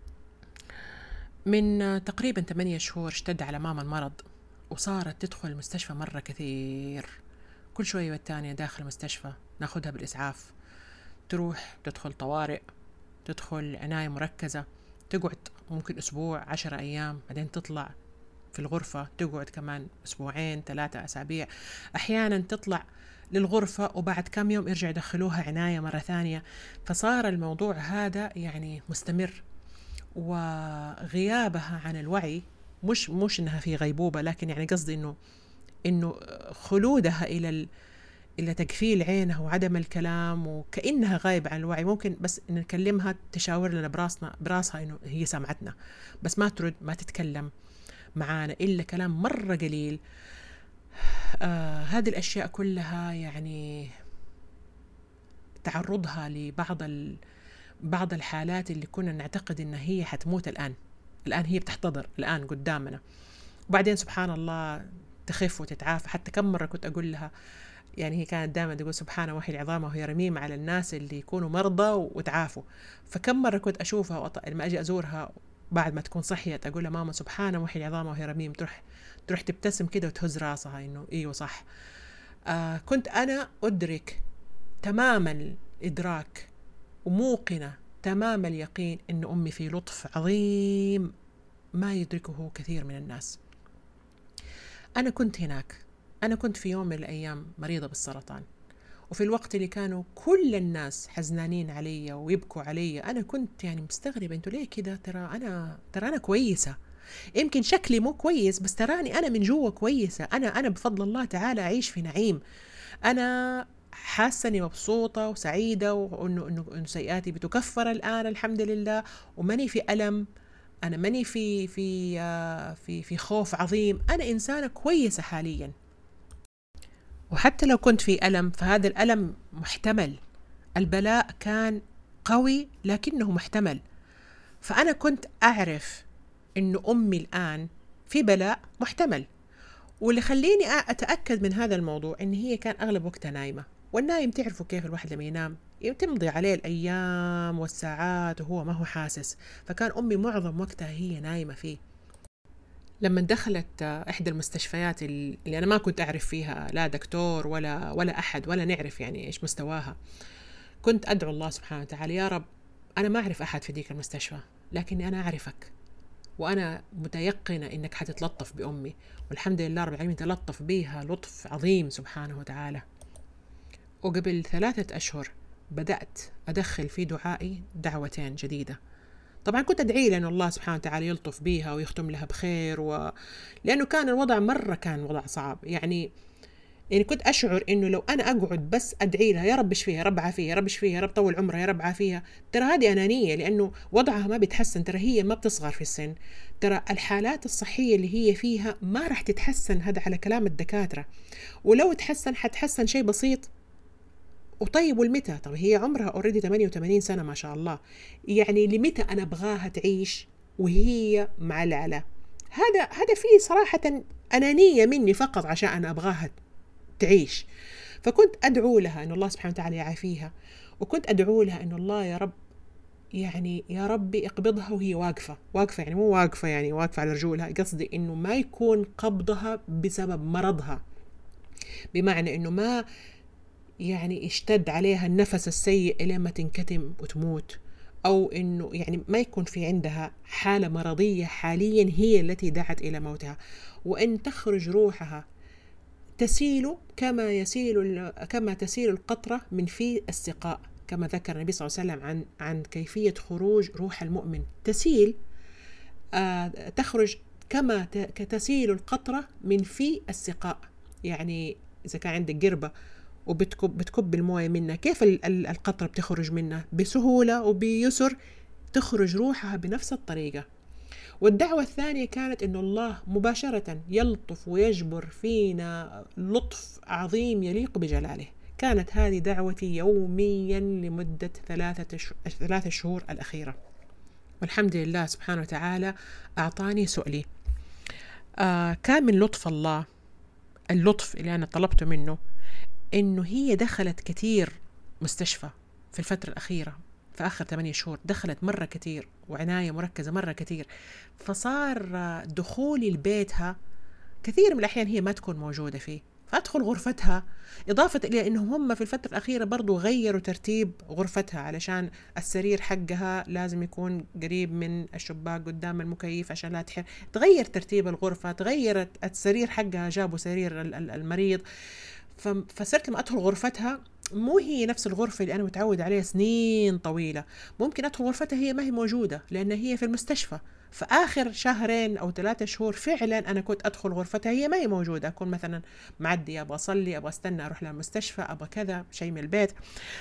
من تقريبا 8 شهور اشتد على ماما المرض، وصارت تدخل المستشفى مرة كثير، كل شوية والتانية داخل المستشفى، ناخدها بالإسعاف، تروح تدخل طوارئ، تدخل عناية مركزة، تقعد ممكن أسبوع 10 أيام، بعدين تطلع في الغرفة تقعد كمان 2-3 أسابيع، أحيانا تطلع للغرفة وبعد كم يوم يرجع يدخلوها عناية مرة ثانية. فصار الموضوع هذا يعني مستمر، وغيابها عن الوعي مش إنها في غيبوبة، لكن يعني قصدي إنه خلودها إلى تقفيل عينها وعدم الكلام وكأنها غايبة عن الوعي. ممكن بس إن نكلمها تشاور لنا براسها إنه هي سمعتنا، بس ما ترد، ما تتكلم معانا إلا كلام مرة قليل. هذه الأشياء كلها يعني تعرضها بعض الحالات اللي كنا نعتقد إن هي حتموت الآن هي بتحتضر الآن قدامنا، وبعدين سبحان الله تخف وتتعافى. حتى كم مرة كنت أقول لها، يعني هي كانت دائما تقول سبحان وحي العظام وهي رميم على الناس اللي يكونوا مرضى وتعافوا. فكم مرة كنت أشوفها لما أجي أزورها بعد ما تكون صحيت أقول لها ماما سبحان وحي العظام وهي رميم، تروح تبتسم كده وتهز راسها إنه إيوه صح. كنت أنا أدرك تمام الإدراك وموقنة تمام اليقين إن أمي في لطف عظيم ما يدركه كثير من الناس. أنا كنت هناك، أنا كنت في يوم من الأيام مريضة بالسرطان، وفي الوقت اللي كانوا كل الناس حزنانين علي ويبكوا علي أنا كنت يعني مستغربة، أنتوا ليه كده؟ ترى أنا كويسة، يمكن شكلي مو كويس بس تراني أنا من جوا كويسة، أنا بفضل الله تعالى أعيش في نعيم، أنا حاسة إني مبسوطة وسعيدة، وإنه سيئاتي بتكفر الآن الحمد لله، وماني في ألم، أنا ماني في خوف عظيم، أنا إنسانة كويسة حاليا. وحتى لو كنت في ألم فهذا الألم محتمل، البلاء كان قوي لكنه محتمل. فأنا كنت أعرف إنه أمي الآن في بلاء محتمل، واللي خليني أتأكد من هذا الموضوع إن هي كان أغلب وقتها نايمة، والنايم تعرفوا كيف الواحد لما ينام تمضي عليه الأيام والساعات وهو ما هو حاسس. فكان أمي معظم وقتها هي نايمة فيه. لما دخلت إحدى المستشفيات اللي أنا ما كنت أعرف فيها لا دكتور ولا أحد ولا نعرف يعني إيش مستواها، كنت أدعو الله سبحانه وتعالى: يا رب أنا ما أعرف أحد في ديك المستشفى، لكني أنا أعرفك، وأنا متيقنة إنك حتتلطف بأمي. والحمد لله رب العالمين تلطف بيها لطف عظيم سبحانه وتعالى. وقبل 3 أشهر بدأت أدخل في دعائي دعوتين جديدة. طبعا كنت أدعي لأن الله سبحانه وتعالى يلطف بيها ويختم لها بخير، لأنه كان الوضع مرة كان وضع صعب. يعني كنت أشعر إنه لو أنا أقعد بس أدعي لها: يا رب اشفيها، يا رب عافيها، يا رب اشفيها، يا رب طول عمرها، يا رب عافيها، ترى هذه أنانية، لأنه وضعها ما بيتحسن، ترى هي ما بتصغر في السن، ترى الحالات الصحية اللي هي فيها ما راح تتحسن، هذا على كلام الدكاترة، ولو تحسن حتحسن شيء بسيط. وطيب والمتى؟ طب هي عمرها اوريدي 88 سنة ما شاء الله، يعني لمتى أنا أبغاها تعيش وهي معلعلة؟ هذا فيه صراحة أنانية مني فقط عشان أنا أبغاها تعيش. فكنت أدعو لها إن الله سبحانه وتعالى يعافيها، وكنت أدعو لها إن الله يا رب، يعني يا ربي اقبضها وهي واقفة، يعني مو واقفة يعني واقفة على رجولها، قصدي إنه ما يكون قبضها بسبب مرضها، بمعنى إنه ما يعني اشتد عليها النفس السيء إلى ما تنكتم وتموت، أو إنه يعني ما يكون في عندها حالة مرضية حاليا هي التي دعت إلى موتها، وأن تخرج روحها تسيل كما تسيل القطرة من في السقاء، كما ذكر النبي صلى الله عليه وسلم عن كيفية خروج روح المؤمن، تسيل تخرج كما تسيل القطرة من في السقاء. يعني إذا كان عندك قربة وبتكب الموية منها، كيف القطرة بتخرج منها؟ بسهولة وبيسر تخرج روحها بنفس الطريقة. والدعوة الثانية كانت إنه الله مباشرة يلطف ويجبر فينا لطف عظيم يليق بجلاله. كانت هذه دعوتي يوميا لمدة 3 شهور الأخيرة، والحمد لله سبحانه وتعالى أعطاني سؤلي. كان من لطف الله، اللطف اللي أنا طلبته منه، إنه هي دخلت كثير مستشفى في الفترة الأخيرة، في آخر 8 شهور دخلت مرة كتير، وعناية مركزة مرة كتير، فصار دخولي لبيتها كثير من الأحيان هي ما تكون موجودة فيه، فأدخل غرفتها، إضافة إلى أنهم هم في الفترة الأخيرة برضو غيروا ترتيب غرفتها، علشان السرير حقها لازم يكون قريب من الشباك قدام المكيف عشان لا تحر، تغير ترتيب الغرفة، تغيرت السرير حقها، جابوا سرير المريض. فصرت لما أدخل غرفتها مو هي نفس الغرفة اللي أنا متعود عليها سنين طويلة، ممكن أدخل غرفتها هي ما هي موجودة لأن هي في المستشفى. فآخر 2 أو 3 شهور فعلا أنا كنت أدخل غرفتها هي ما هي موجودة، أكون مثلا معدي أبغى أصلي، أبغى أستنى أروح للمستشفى، أبغى كذا شيء من البيت.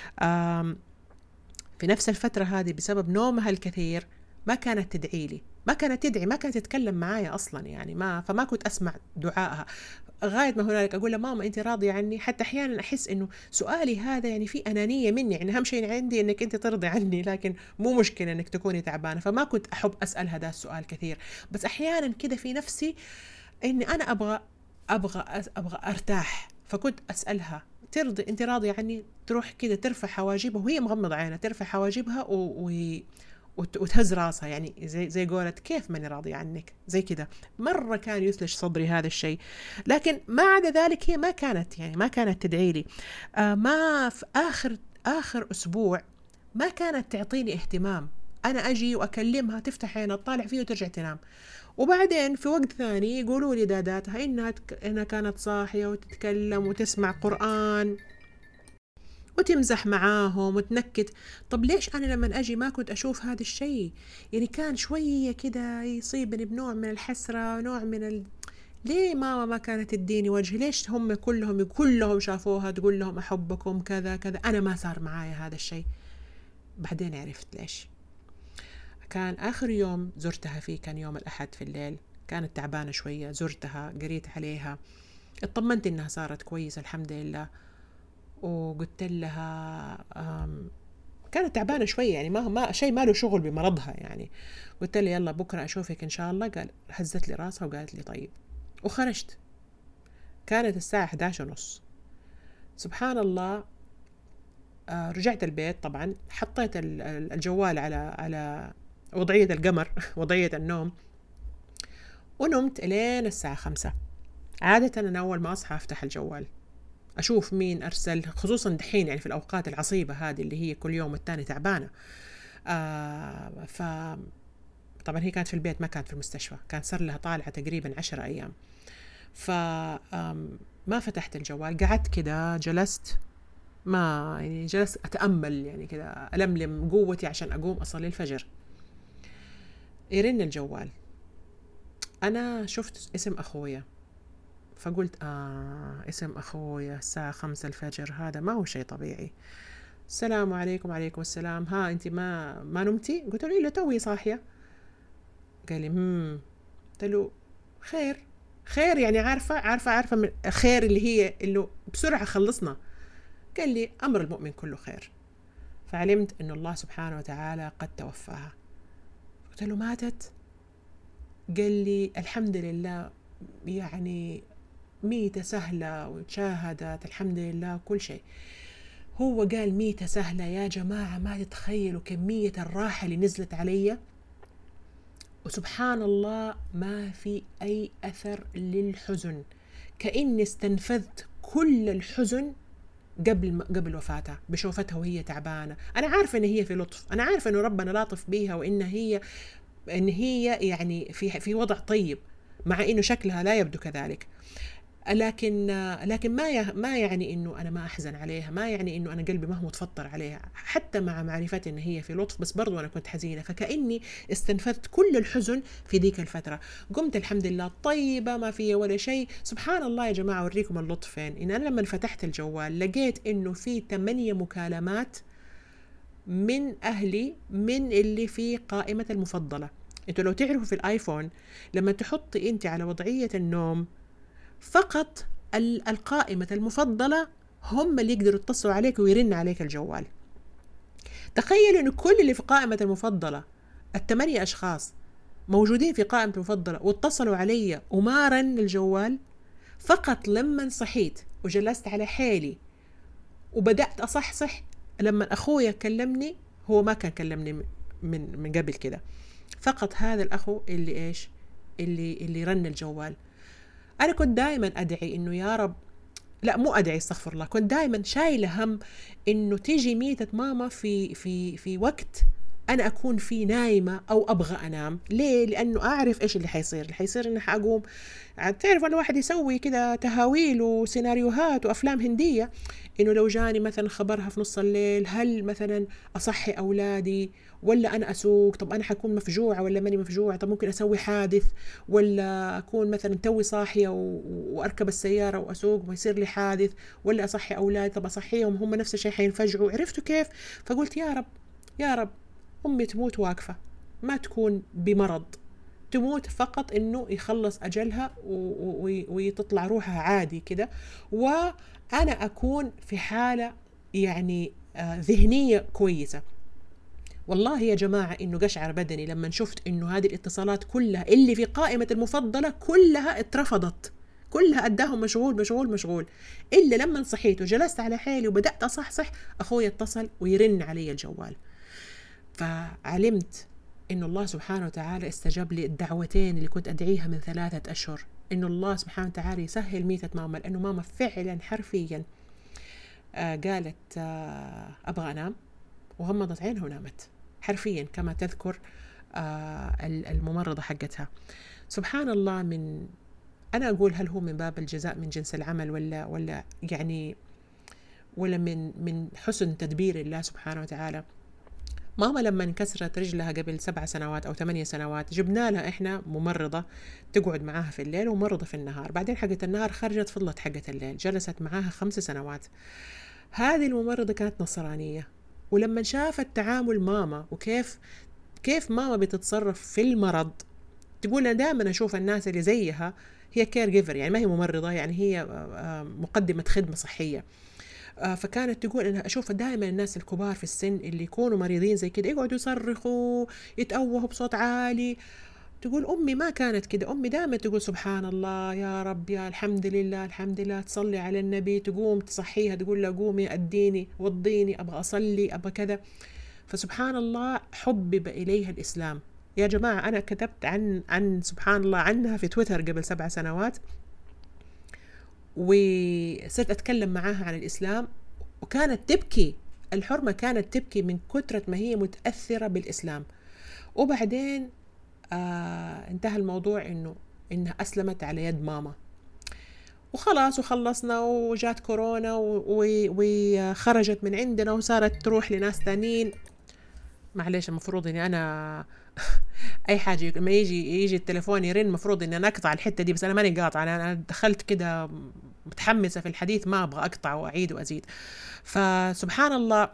في نفس الفترة هذه بسبب نومها الكثير ما كانت تدعي لي، ما كانت تدعي، ما كانت تتكلم معايا أصلا، يعني فما كنت أسمع دعائها. غاية ما هنالك أقول لها: ماما أنت راضية عني؟ حتى أحيانا أحس إنه سؤالي هذا يعني في أنانية مني، يعني أهم شيء عندي إنك أنت ترضي عني، لكن مو مشكلة إنك تكوني تعبانة. فما كنت أحب أسأل هذا السؤال كثير، بس أحيانا كده في نفسي إني أنا أبغى أرتاح، فكنت أسألها: ترضي أنت راضية عني؟ تروح كده ترفع حواجبها وهي مغمضة عينها، ترفع حواجبها وتهز راسها، يعني زي قولت كيف ماني راضية عنك، زي كده. مرة كان يثلج صدري هذا الشيء، لكن ما عدا ذلك هي ما كانت تدعي لي. ما في آخر أسبوع ما كانت تعطيني اهتمام، أنا أجي وأكلمها تفتح عينها تطالع فيه وترجع تنام، وبعدين في وقت ثاني يقولوا لي داداتها إنها كانت صاحية وتتكلم وتسمع قرآن وتمزح معاهم وتنكت. طب ليش أنا لما أجي ما كنت أشوف هذا الشيء؟ يعني كان شوية كده يصيبني بنوع من الحسرة، نوع من ليه ماما ما كانت تديني وجه؟ ليش هم كلهم شافوها تقول لهم أحبكم كذا كذا، أنا ما صار معايا هذا الشيء؟ بعدين عرفت ليش. كان آخر يوم زرتها فيه كان يوم الأحد في الليل، كانت تعبانة شوية، زرتها قريت عليها، اطمنت إنها صارت كويسة الحمد لله، وقلت لها كانت تعبانة شوية يعني، ما شيء ما له شغل بمرضها يعني. قلت لها يلا بكرة أشوفك إن شاء الله. قال هزت لي راسها وقالت لي طيب، وخرجت. كانت الساعة 11:30. سبحان الله. رجعت البيت طبعا، حطيت الجوال على وضعية القمر وضعية النوم، ونمت إلين الساعة 5. عادة أنا أول ما أصحى أفتح الجوال أشوف مين أرسل، خصوصا دحين يعني في الأوقات العصيبة هذه اللي هي كل يوم والتاني تعبانة. ف طبعا هي كانت في البيت ما كانت في المستشفى، كان صار لها طالعة تقريبا 10 أيام. ما فتحت الجوال، قعدت كده جلست، ما يعني جلست أتأمل يعني كده، ألملم قوتي عشان أقوم أصلي الفجر. يرن الجوال، أنا شفت اسم أخويا، فقلت اسم أخويا الساعة 5 الفجر، هذا ما هو شيء طبيعي. السلام عليكم. وعليكم السلام. ها أنت ما نمتي؟ قلت له إلا توي صاحية. قال لي قلت له خير. خير يعني عارفة من خير اللي هي إنه بسرعة خلصنا. قال لي أمر المؤمن كله خير. فعلمت إنه الله سبحانه وتعالى قد توفاها. قلت له ماتت؟ قال لي الحمد لله، يعني ميتة سهلة وتشاهدت الحمد لله كل شيء. هو قال ميتة سهلة يا جماعة، ما تتخيلوا كمية الراحة اللي نزلت علي، وسبحان الله ما في أي أثر للحزن، كأني استنفذت كل الحزن قبل وفاتها، بشوفتها وهي تعبانة. أنا عارفة إن هي في لطف، أنا عارفة إنه ربنا لاطف بيها، وإن هي يعني في وضع طيب، مع إنه شكلها لا يبدو كذلك. لكن ما يعني انه انا ما احزن عليها، ما يعني انه انا قلبي ما هو متفطر عليها، حتى مع معرفتي ان هي في لطف، بس برضو انا كنت حزينه، فكاني استنفذت كل الحزن في ذيك الفتره. قمت الحمد لله طيبه، ما فيها ولا شيء. سبحان الله يا جماعه، اوريكم اللطف فين. ان انا لما فتحت الجوال لقيت انه في 8 مكالمات من اهلي، من اللي في قائمه المفضله. انتوا لو تعرفوا في الايفون لما تحطي انت على وضعيه النوم فقط القائمة المفضلة هم اللي يقدروا يتصلوا عليك ويرن عليك الجوال. تخيلوا إنه كل اللي في قائمة المفضلة 8 أشخاص موجودين في قائمة المفضلة واتصلوا علي وما رن الجوال. فقط لما صحيت وجلست على حالي وبدأت أصحصح، لما أخويا كلمني، هو ما كان كلمني من قبل كده، فقط هذا الأخو اللي إيش اللي رن الجوال. أنا كنت دائما أدعي إنه يا رب، لا مو أدعي استغفر الله، كنت دائما شايلة هم إنه تيجي ميتة ماما في وقت أنا أكون فيه نايمة أو أبغى أنام. ليه؟ لأنه أعرف إيش اللي حيصير إني حأقوم. تعرف أن الواحد يسوي كده تهاويل وسيناريوهات وأفلام هندية، إنه لو جاني مثلا خبرها في نص الليل، هل مثلا أصحي أولادي ولا أنا أسوق؟ طب أنا حكون مفجوعة ولا ماني مفجوعة؟ طب ممكن أسوي حادث، ولا أكون مثلا توي صاحية وأركب السيارة وأسوق ويصير لي حادث، ولا أصحي أولادي؟ طب أصحيهم هم نفس الشيء حينفجعوا. عرفتوا كيف؟ فقلت يا رب يا رب أمي تموت واقفة، ما تكون بمرض، تموت فقط إنه يخلص أجلها وتطلع روحها عادي كده، وأنا أكون في حالة يعني ذهنية كويسة. والله يا جماعة إنه قشعر بدني لما شفت إنه هذه الاتصالات كلها اللي في قائمة المفضلة كلها اترفضت، كلها أداهم مشغول مشغول مشغول، إلا لما صحيت وجلست على حالي وبدأت أصحصح أخوي اتصل ويرن علي الجوال. فعلمت إنه الله سبحانه وتعالى استجاب لي الدعوتين اللي كنت أدعيها من 3 أشهر، إنه الله سبحانه وتعالى يسهل ميتة ماما، لأنه ماما فعلا حرفيا قالت أبغى أنام، وغمضت عينها ونامت حرفيا كما تذكر الممرضة حقتها. سبحان الله. أنا أقول هل هو من باب الجزاء من جنس العمل، ولا يعني ولا من حسن تدبير الله سبحانه وتعالى. ماما لما انكسرت رجلها قبل 7 سنوات أو 8 سنوات جبنا لها إحنا ممرضة تقعد معاها في الليل وممرضة في النهار. بعدين حقة النهار خرجت، فضلت حقة الليل، جلست معاها 5 سنوات. هذه الممرضة كانت نصرانية، ولما شافت تعامل ماما وكيف ماما بتتصرف في المرض، تقول أنا دائما أشوف الناس اللي زيها هي كير جيفر، يعني ما هي ممرضة، يعني هي مقدمة خدمة صحية. فكانت تقول انها اشوف دائما الناس الكبار في السن اللي يكونوا مريضين زي كده يقعدوا يصرخوا يتأوهوا بصوت عالي. تقول أمي ما كانت كده، أمي دائما تقول سبحان الله يا رب يا الحمد لله الحمد لله، تصلي على النبي، تقوم تصحيها تقول لها قومي أديني وضيني أبغى أصلي أبغى كذا. فسبحان الله حبب إليها الإسلام. يا جماعة أنا كتبت عن سبحان الله عنها في تويتر قبل 7 سنوات، وصرت أتكلم معاها عن الإسلام، وكانت تبكي، الحرمة كانت تبكي من كثرة ما هي متأثرة بالإسلام. وبعدين انتهى الموضوع إنها أسلمت على يد ماما، وخلاص وخلصنا، وجات كورونا وخرجت من عندنا وصارت تروح لناس تانيين. معلش المفروض إني أنا أي حاجة لما يجي التليفون يرن المفروض إني أنا أقطع الحتة دي، بس أنا ماني قاطعة، أنا دخلت كده متحمسة في الحديث ما أبغى أقطع وأعيد وأزيد. فسبحان الله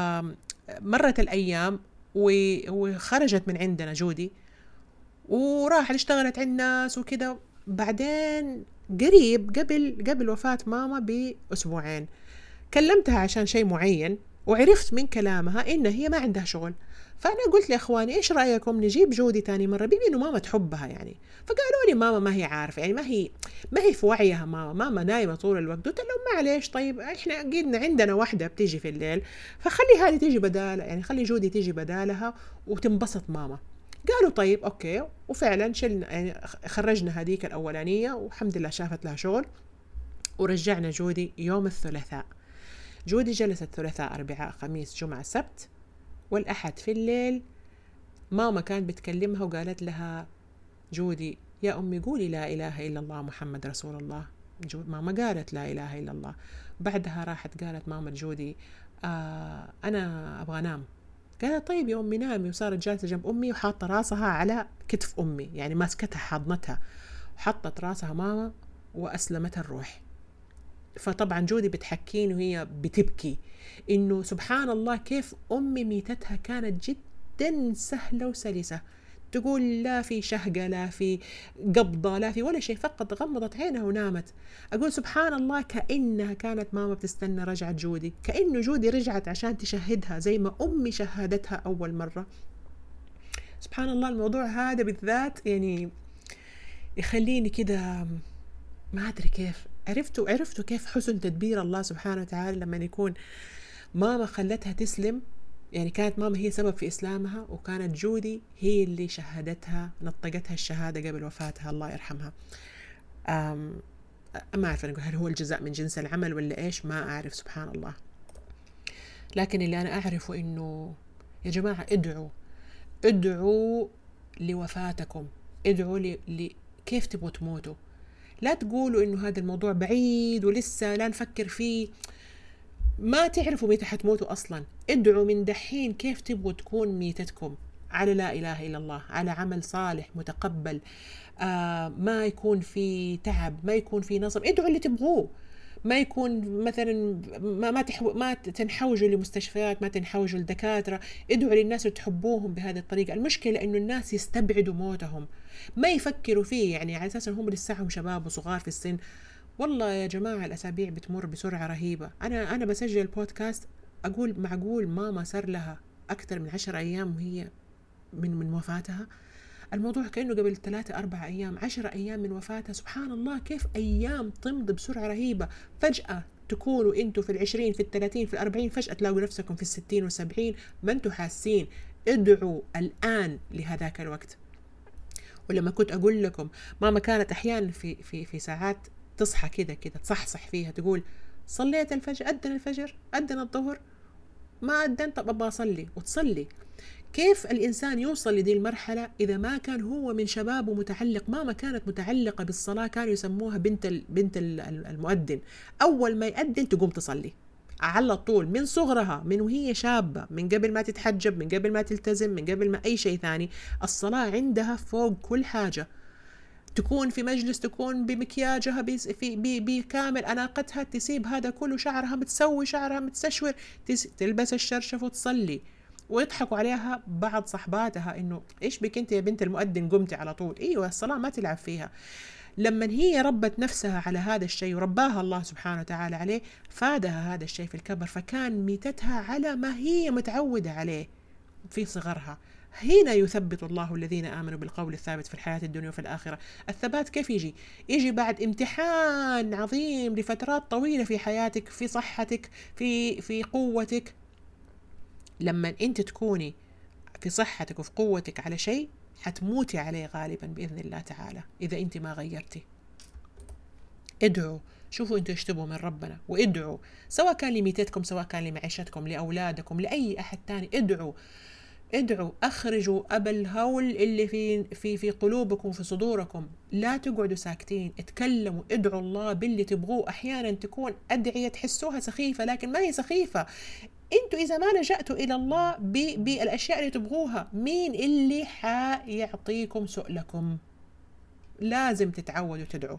مرت الأيام وخرجت من عندنا جودي وراحت اشتغلت عند ناس وكده. بعدين قريب قبل وفاة ماما بأسبوعين كلمتها عشان شيء معين، وعرفت من كلامها إن هي ما عندها شغل. فأنا قلت لإخواني إيش رأيكم نجيب جودي تاني مرة بما إنه ماما تحبها يعني. فقالوا لي ماما ما هي عارفة يعني، ما هي في وعيها، ماما نايمة طول الوقت. قلت لهم معليش طيب إحنا قلنا عندنا واحدة بتيجي في الليل، فخلي هذه تيجي بدالها، يعني خلي جودي تيجي بدالها وتنبسط ماما. قالوا طيب أوكي، وفعلا شلنا يعني خرجنا هذيك الأولانية والحمد لله شافت لها شغل، ورجعنا جودي يوم الثلاثاء. جودي جلست ثلاثاء أربعاء خميس جمعة سبت، والأحد في الليل ماما كانت بتكلمها وقالت لها جودي يا أمي قولي لا إله إلا الله محمد رسول الله. ماما قالت لا إله إلا الله. بعدها راحت قالت ماما جودي أنا أبغى أنام. قالت طيب يا أمي نامي، وصارت جالسة جنب أمي وحاطة راسها على كتف أمي، يعني ماسكتها حضنتها، وحطت راسها ماما وأسلمت الروح. فطبعا جودي بتحكيني وهي بتبكي إنه سبحان الله كيف أمي ميتتها كانت جدا سهلة وسلسة. تقول لا في شهقة لا في قبضة لا في ولا شيء، فقط غمضت عينها ونامت. أقول سبحان الله كأنها كانت ماما بتستنى رجعت جودي، كأنه جودي رجعت عشان تشهدها زي ما أمي شهدتها أول مرة. سبحان الله الموضوع هذا بالذات يعني يخليني كده ما أدري كيف عرفتوا كيف حسن تدبير الله سبحانه وتعالى لما يكون ماما خلتها تسلم. يعني كانت ماما هي سبب في إسلامها، وكانت جودي هي اللي شهدتها نطقتها الشهادة قبل وفاتها الله يرحمها. ما أعرف أنا أقول هل هو الجزاء من جنس العمل ولا إيش، ما أعرف سبحان الله. لكن اللي أنا أعرفه إنه يا جماعة ادعوا لوفاتكم، ادعوا كيف تبغوا تموتوا. لا تقولوا إنه هذا الموضوع بعيد ولسه لا نفكر فيه، ما تعرفوا متى حتموتوا أصلا. ادعوا من دحين كيف تبغوا تكون ميتتكم، على لا إله إلا الله، على عمل صالح متقبل، ما يكون في تعب، ما يكون في نصب. ادعوا اللي تبغوه، ما يكون مثلا ما تنحوجوا لمستشفيات، ما تنحوجوا لدكاترة. ادعوا للناس اللي تحبوهم بهذه الطريقة. المشكلة إنه الناس يستبعدوا موتهم، ما يفكروا فيه، يعني على أساس هم لسه شباب وصغار في السن. والله يا جماعة الأسابيع بتمر بسرعة رهيبة. أنا بسجل البودكاست أقول معقول ماما صار لها أكثر من 10 أيام وهي من وفاتها. الموضوع كأنه قبل 3-4 أيام، 10 أيام من وفاتها. سبحان الله كيف أيام تمضي بسرعة رهيبة. فجأة تكونوا أنتوا في 20 في 30 في 40، فجأة تلاقوا نفسكم في 60 و70 ما أنتوا حاسين. ادعوا الآن لهذاك الوقت. ولما كنت أقول لكم ماما كانت أحيانا في ساعات تصحى كده تصحصح فيها تقول صليت الفجر، أذن الفجر، أذن الظهر، ما أذن طب أبغى أصلي، وتصلي. كيف الإنسان يوصل لدي المرحلة إذا ما كان هو من شبابه متعلق؟ ماما كانت متعلقة بالصلاة، كانوا يسموها بنت المؤذن. أول ما يأذن تقوم تصلي على طول من صغرها، من وهي شابة، من قبل ما تتحجب، من قبل ما تلتزم، من قبل ما أي شيء ثاني. الصلاة عندها فوق كل حاجة. تكون في مجلس، تكون بمكياجها بكامل أناقتها، تسيب هذا كله، شعرها متسوي، شعرها متسشور، تلبس الشرشف وتصلي. ويضحكوا عليها بعض صحباتها إنه إيش بك أنت يا بنت المؤذن قمتي على طول. أيوة الصلاة ما تلعب فيها. لما هي ربت نفسها على هذا الشيء ورباها الله سبحانه وتعالى عليه، فادها هذا الشيء في الكبر، فكان ميتتها على ما هي متعودة عليه في صغرها. هنا يثبت الله الذين آمنوا بالقول الثابت في الحياة الدنيا وفي الآخرة. الثبات كيف يجي؟ يجي بعد امتحان عظيم لفترات طويلة في حياتك، في صحتك، في قوتك. لما أنت تكوني في صحتك وفي قوتك على شيء، حتموتي عليه غالبا بإذن الله تعالى إذا أنت ما غيرتي. ادعوا، شوفوا أنتوا ايش تبغوا من ربنا وادعوا، سواء كان لميتتكم، سواء كان لمعيشتكم، لأولادكم، لأي أحد تاني. ادعوا، أخرجوا أبا الهول اللي في قلوبكم، في صدوركم. لا تقعدوا ساكتين، اتكلموا، ادعوا الله باللي تبغوه. أحيانا تكون أدعية تحسوها سخيفة، لكن ما هي سخيفة. انتوا إذا ما لجأتوا إلى الله بالأشياء اللي تبغوها، مين اللي حيعطيكم سؤلكم؟ لازم تتعودوا تدعوا.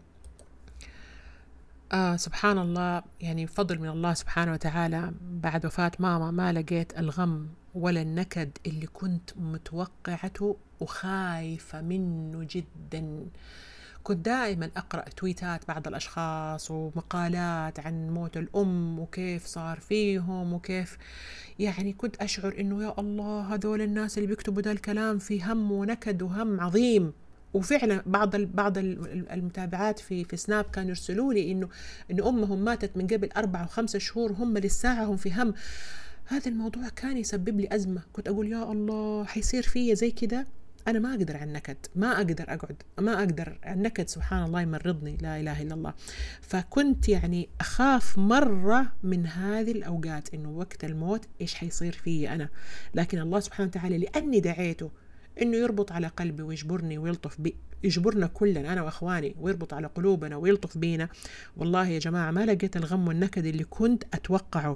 سبحان الله، يعني فضل من الله سبحانه وتعالى. بعد وفاة ماما ما لقيت الغم ولا النكد اللي كنت متوقعته وخايفة منه جدا. كنت دائما أقرأ تويتات بعض الأشخاص ومقالات عن موت الأم وكيف صار فيهم وكيف، يعني كنت أشعر إنه يا الله هذول الناس اللي بيكتبوا ده الكلام في هم ونكد وهم عظيم. وفعلا بعض المتابعات في سناب كانوا يرسلوا لي إنه أمهم ماتت من قبل 4 و5 شهور، هم للساعة هم في هم. هذا الموضوع كان يسبب لي أزمة. كنت أقول يا الله حيصير فيا زي كده؟ أنا ما أقدر على النكد، ما أقدر أقعد، ما أقدر. النكد سبحان الله يمرضني، لا إله إلا الله. فكنت يعني أخاف مرة من هذه الأوقات إنه وقت الموت إيش حيصير فيا أنا. لكن الله سبحانه وتعالى لأني دعيته إنه يربط على قلبي ويجبرني ويلطف بي، يجبرنا كلنا أنا وأخواني ويربط على قلوبنا ويلطف بينا. والله يا جماعة ما لقيت الغم والنكد اللي كنت أتوقعه.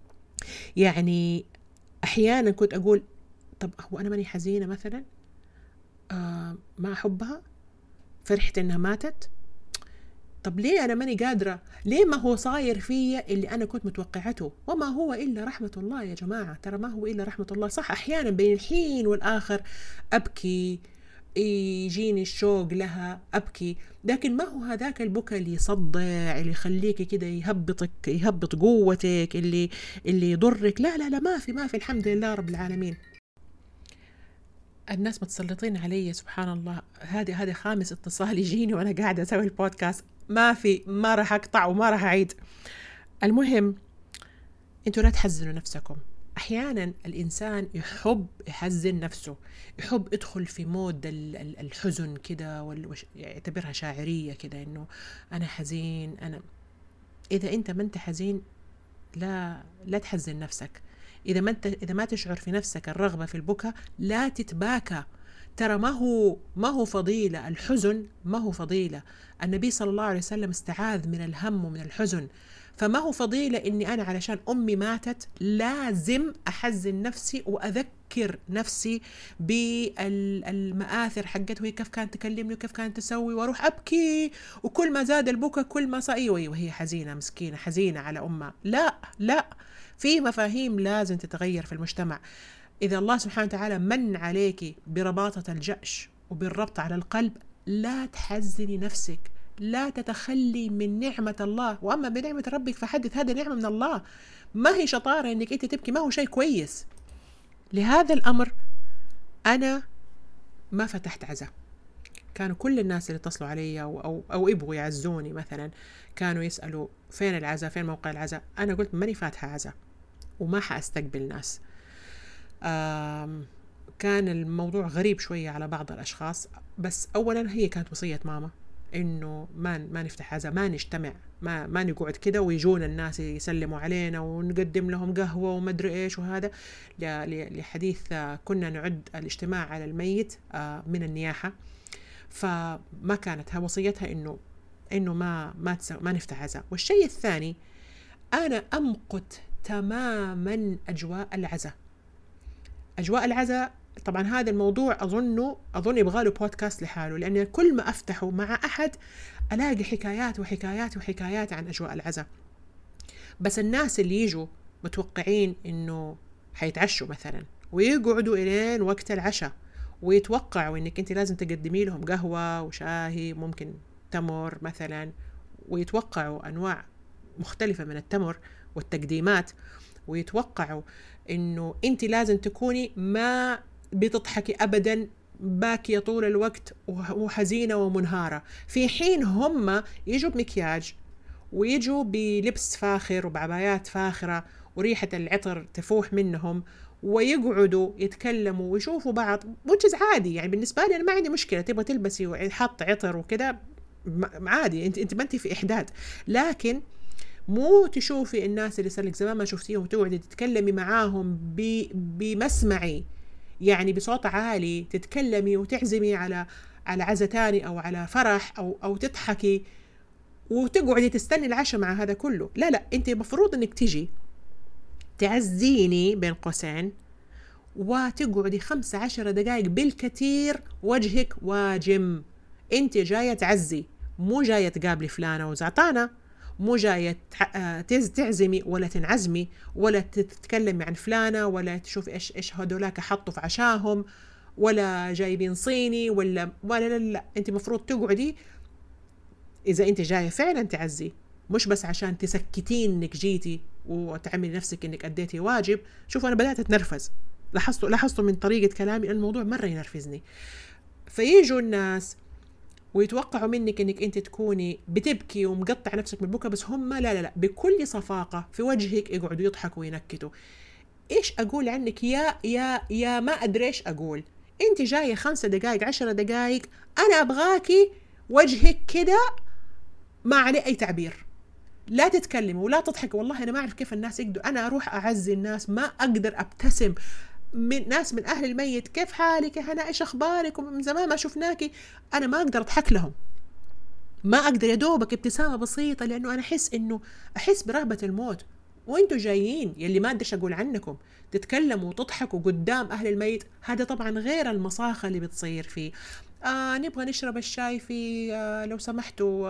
يعني أحيانا كنت أقول طب هو أنا ماني حزينة مثلا؟ ما أحبها؟ فرحت إنها ماتت؟ طب ليه أنا ماني قادرة؟ ليه ما هو صاير فيا اللي أنا كنت متوقعته؟ وما هو إلا رحمة الله يا جماعة، ترى ما هو إلا رحمة الله. صح أحيانا بين الحين والآخر أبكي، يجيني الشوق لها أبكي، لكن ما هو هذاك البكاء اللي يصدع، اللي يخليك كده يهبطك، يهبط قوتك، اللي يضرك. لا لا لا، ما في الحمد لله رب العالمين. الناس متسلطين علي سبحان الله. هذا 5 اتصال يجيني وأنا قاعدة أسوي البودكاست. ما راح أقطع وما راح أعيد. المهم أنتوا لا تحزنوا نفسكم. أحيانا الإنسان يحب يحزن نفسه، يحب يدخل في مود الحزن كده، يعتبرها شاعرية كده، إنه أنا حزين. إذا أنت ما أنت حزين لا تحزن نفسك. إذا ما تشعر في نفسك الرغبة في البكاء لا تتباكى. ترى ما هو فضيلة الحزن، ما هو فضيلة. النبي صلى الله عليه وسلم استعاذ من الهم ومن الحزن. فما هو فضيلة إني أنا علشان أمي ماتت لازم أحزن نفسي وأذكر نفسي بالمآثر حقته، وهي كيف كانت تكلمني وكيف كانت تسوي، وأروح أبكي. وكل ما زاد البكاء كل ما صار وهي حزينة مسكينة حزينة على أمها. لا، في مفاهيم لازم تتغير في المجتمع. إذا الله سبحانه وتعالى من عليك برباطة الجأش وبالربط على القلب، لا تحزني نفسك، لا تتخلي من نعمة الله. وأما بنعمة ربك فحدث، هذا نعمة من الله، ما هي شطارة إنك أنت تبكي، ما هو شيء كويس. لهذا الأمر أنا ما فتحت عزاء. كانوا كل الناس اللي اتصلوا علي أو يبغوا يعزوني مثلا كانوا يسألوا فين العزاء، فين موقع العزاء. أنا قلت ماني فاتحة عزاء وما حأستقبل ناس. كان الموضوع غريب شوية على بعض الأشخاص، بس أولا هي كانت وصية ماما إنه ما نفتح عزاء، ما نجتمع، ما نقعد كده ويجون الناس يسلموا علينا ونقدم لهم قهوة ومدري إيش. وهذا لحديث كنا نعد الاجتماع على الميت من النياحة. فما كانت وصيتها إنه ما نفتح عزاء. والشيء الثاني، أنا أمقت تماما أجواء العزاء. طبعا هذا الموضوع أظن يبغاله بودكاست لحاله، لأن كل ما أفتحه مع أحد ألاقي حكايات عن أجواء العزاء. بس الناس اللي يجوا متوقعين إنه حيتعشوا مثلا ويقعدوا إلين وقت العشاء، ويتوقعوا إنك أنت لازم تقدمي لهم قهوة وشاهي، ممكن التمر مثلا، ويتوقعوا أنواع مختلفة من التمر والتقديمات، ويتوقعوا إنه أنت لازم تكوني ما بتضحكي أبدا، باكية طول الوقت وحزينة ومنهارة، في حين هم يجوا بمكياج ويجوا بلبس فاخر وبعبايات فاخرة وريحة العطر تفوح منهم، ويقعدوا يتكلموا ويشوفوا بعض، وجز عادي. يعني بالنسبة لي أنا ما عندي مشكلة، تبغى تلبسي وحط عطر وكده عادي، انت ما انت في إحداد، لكن مو تشوفي الناس اللي صار لك زمان ما شفتيهم وتقعدي تتكلمي معاهم بمسمعي، يعني بصوت عالي تتكلمي وتعزمي على عزا تاني او على فرح او تضحكي وتقعدي تستني العشاء مع هذا كله. لا لا، انت المفروض انك تجي تعزيني بين قوسين وتقعدي 15 دقائق بالكثير وجهك واجم. انت جاية تعزي، مو جاية تقابلي فلانة وزعطانة، مو جاية تعزمي ولا تنعزمي ولا تتكلمي عن فلانة ولا تشوفي ايش هدولاك حطوا في عشاهم ولا جايبين صيني ولا لا, لا. انت مفروض تقعدي إذا أنت جاية فعلا تعزي، مش بس عشان تسكتين إنك جيتي وتعملي نفسك إنك أديتي واجب. شوفوا أنا بدأت أتنرفز، لاحظتوا من طريقة كلامي الموضوع مرة ينرفزني. فييجوا الناس ويتوقعوا منك إنك أنت تكوني بتبكي ومقطع نفسك من البكا، بس هم لا لا لا، بكل صفاقة في وجهك يقعدوا يضحكوا وينكتوا. إيش أقول عنك يا ما أدري إيش أقول. أنت جاية 5 دقائق 10 دقائق، أنا أبغاكي وجهك كده ما عليه أي تعبير، لا تتكلم ولا تضحك. والله أنا ما أعرف كيف الناس يقدروا. أنا أروح أعزي الناس ما أقدر أبتسم، من ناس من أهل الميت كيف حالك يا هنا، إيش أخبارك، ومن زمان ما شفناكي، أنا ما أقدر أضحك لهم، ما أقدر، يا دوبك ابتسامة بسيطة، لأنه أنا أحس برهبة الموت. وانتوا جايين يلي ما أدريش أقول عنكم تتكلموا وتضحكوا قدام أهل الميت. هذا طبعا غير المصاخة اللي بتصير فيه. نبغى نشرب الشاي في لو سمحتوا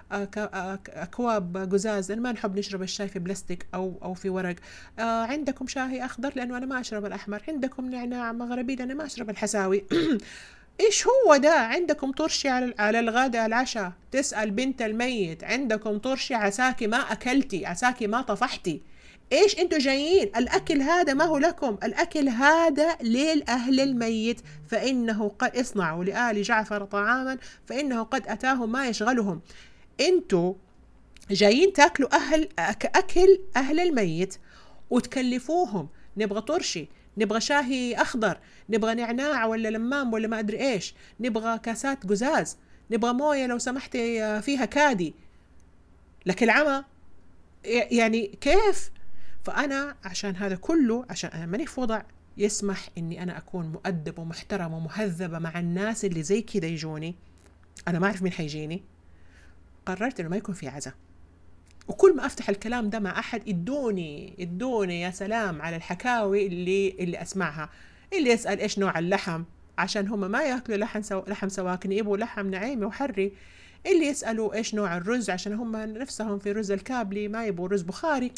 أكواب قزاز، أنا ما نحب نشرب الشاي في بلاستيك أو في ورق. عندكم شاي أخضر لأنه أنا ما أشرب الأحمر، عندكم نعناع مغربي لأنه ما أشرب الحساوي. إيش هو ده؟ عندكم طرشي على الغداء العشاء، تسأل بنت الميت عندكم طرشي، عساكي ما أكلتي، عساكي ما طفحتي. إيش أنتوا جايين؟ الأكل هذا ما هو لكم، الأكل هذا للأهل الميت، فإنه قد اصنعوا لآل جعفر طعاما فإنه قد أتاهم ما يشغلهم. أنتوا جايين تاكلوا أكل أهل الميت وتكلفوهم، نبغى طرشي، نبغى شاهي أخضر، نبغى نعناع ولا لمام ولا ما أدري إيش، نبغى كاسات قزاز، نبغى موية لو سمحتي فيها كادي، لك العمى يعني كيف؟ فأنا عشان هذا كله، عشان أنا ماني في وضع يسمح إني أنا أكون مؤدب ومحترم ومهذبة مع الناس اللي زي كده يجوني، أنا ما أعرف مين حيجيني، قررت إنه ما يكون في عزا. وكل ما أفتح الكلام ده مع أحد يدوني يا سلام على الحكاوي اللي أسمعها، اللي يسأل إيش نوع اللحم عشان هم ما يأكلوا لحم سواكن، يبوا لحم نعيمي وحري، اللي يسألوا إيش نوع الرز عشان هم نفسهم في رز الكابلي ما يبوا رز بخاري.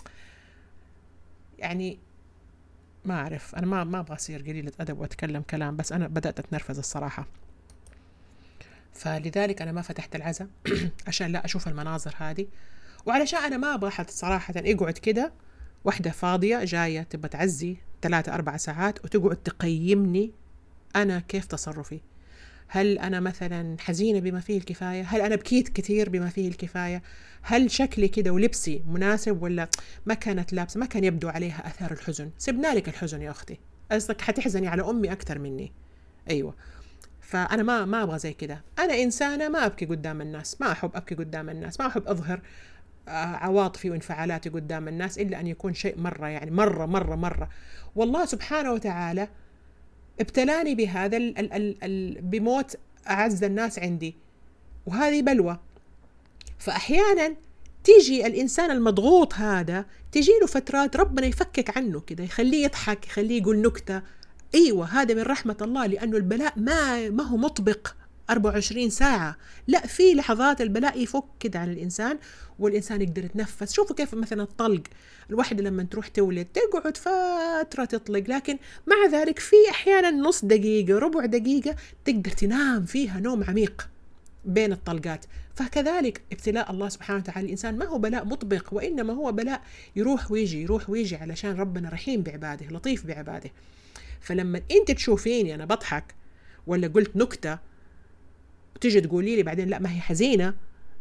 يعني ما أعرف، أنا ما أبغى أصير قليلة أدب وأتكلم كلام، بس أنا بدأت أتنرفز الصراحة. فلذلك أنا ما فتحت العزا عشان لا أشوف المناظر هذه، وعلشان أنا ما أبغى حد صراحة يقعد كده واحدة فاضية جاية تبى تعزي 3-4 ساعات وتقعد تقيمني أنا كيف تصرفي. هل أنا مثلا حزينة بما فيه الكفاية؟ هل أنا بكيت كتير بما فيه الكفاية؟ هل شكلي كده ولبسي مناسب ولا ما كانت لابسة، ما كان يبدو عليها أثار الحزن؟ سبنا لك الحزن يا أختي، قصدك حتحزني على أمي أكتر مني؟ أيوة. فأنا ما أبغى زي كده. أنا إنسانة ما أبكي قدام الناس، ما أحب أبكي قدام الناس، ما أحب أظهر عواطفي وانفعالاتي قدام الناس إلا أن يكون شيء مرة يعني مرة مرة مرة. والله سبحانه وتعالى ابتلاني بهذا بموت أعز الناس عندي، وهذه بلوى. فأحيانا تيجي الإنسان المضغوط هذا تيجي له فترات ربنا يفكك عنه كده، يخليه يضحك، يخليه يقول نكتة. أيوة، هذا من رحمة الله، لأنه البلاء ما هو مطبق 24 ساعة، لا، في لحظات البلاء يفك كده عن الإنسان والإنسان يقدر يتنفس. شوفوا كيف مثلا الطلق، الواحدة لما تروح تولد تقعد فترة تطلق، لكن مع ذلك في أحيانا نص دقيقة ربع دقيقة تقدر تنام فيها نوم عميق. بين الطلقات. فكذلك ابتلاء الله سبحانه وتعالى الإنسان ما هو بلاء مطبق، وإنما هو بلاء يروح ويجي يروح ويجي، علشان ربنا رحيم بعباده لطيف بعباده. فلما أنت تشوفيني أنا بضحك ولا قلت نكتة تيجي تقولي لي بعدين لا ما هي حزينة،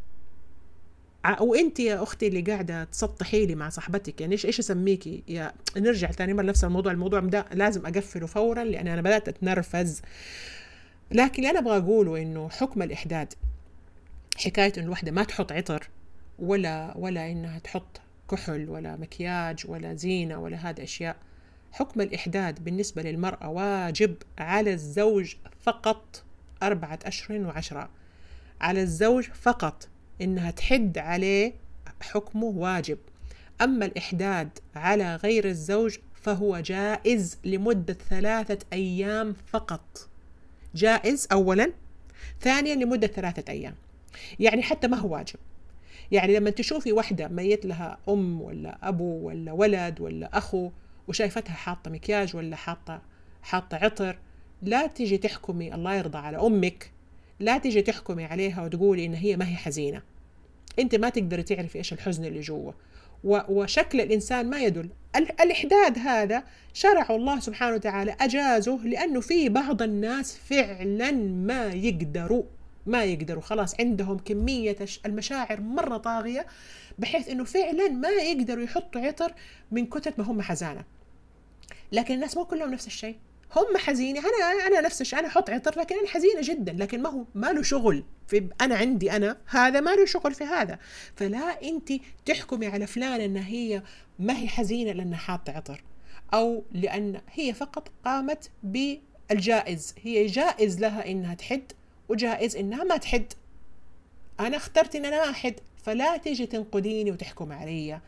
وانت يا اختي اللي قاعده تسطحي لي مع صاحبتك، يعني ايش اسميكي؟ يا نرجع ثاني مره نفس الموضوع ده لازم اقفله فورا لان انا بدات اتنرفز. لكن اللي انا ابغى اقوله انه حكم الاحداد، حكايه انه الوحده ما تحط عطر ولا انها تحط كحل ولا مكياج ولا زينه ولا هذه اشياء. حكم الاحداد بالنسبه للمراه واجب على الزوج فقط 4 أشهر و10، على الزوج فقط إنها تحد عليه، حكمه واجب. أما الإحداد على غير الزوج فهو جائز لمدة 3 أيام فقط، جائز أولا، ثانيا لمدة 3 أيام، يعني حتى ما هو واجب. يعني لما تشوفي واحدة ميت لها أم ولا أبو ولا ولد ولا أخو وشايفتها حاطة مكياج ولا حاطة عطر، لا تيجي تحكمي الله يرضى على أمك، لا تيجي تحكمي عليها وتقولي إن هي ما هي حزينة. أنت ما تقدري تعرفي إيش الحزن اللي جوا، وشكل الإنسان ما يدل. الإحداد هذا شرع الله سبحانه وتعالى أجازه، لأنه في بعض الناس فعلا ما يقدروا خلاص، عندهم كمية المشاعر مرة طاغية بحيث أنه فعلا ما يقدروا يحطوا عطر من كتر ما هم حزانة. لكن الناس مو كلهم نفس الشيء، هم حزينة، أنا نفس الشيء، أنا أحط عطر لكن أنا حزينة جدا، لكن ما له شغل في أنا عندي أنا هذا ما له شغل في هذا. فلا أنت تحكمي على فلان أن هي ما هي حزينة لأنها حاطة عطر، أو لأن هي فقط قامت بالجائز، هي جائز لها إنها تحد وجائز إنها ما تحد. أنا اخترت إن أنا ما أحد، فلا تيجي تنقديني وتحكم علي.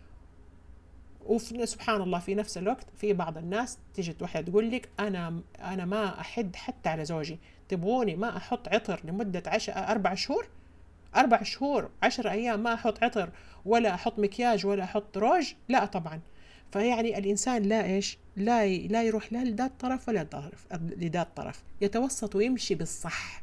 سبحان الله في نفس الوقت في بعض الناس تيجي واحدة تقول لك أنا ما أحد حتى على زوجي، تبغوني ما أحط عطر لمدة 4 شهور، 4 شهور 10 أيام ما أحط عطر ولا أحط مكياج ولا أحط روج؟ لا طبعا. فيعني الإنسان لا يروح لا لذات طرف ولا لذات طرف، يتوسط ويمشي بالصح.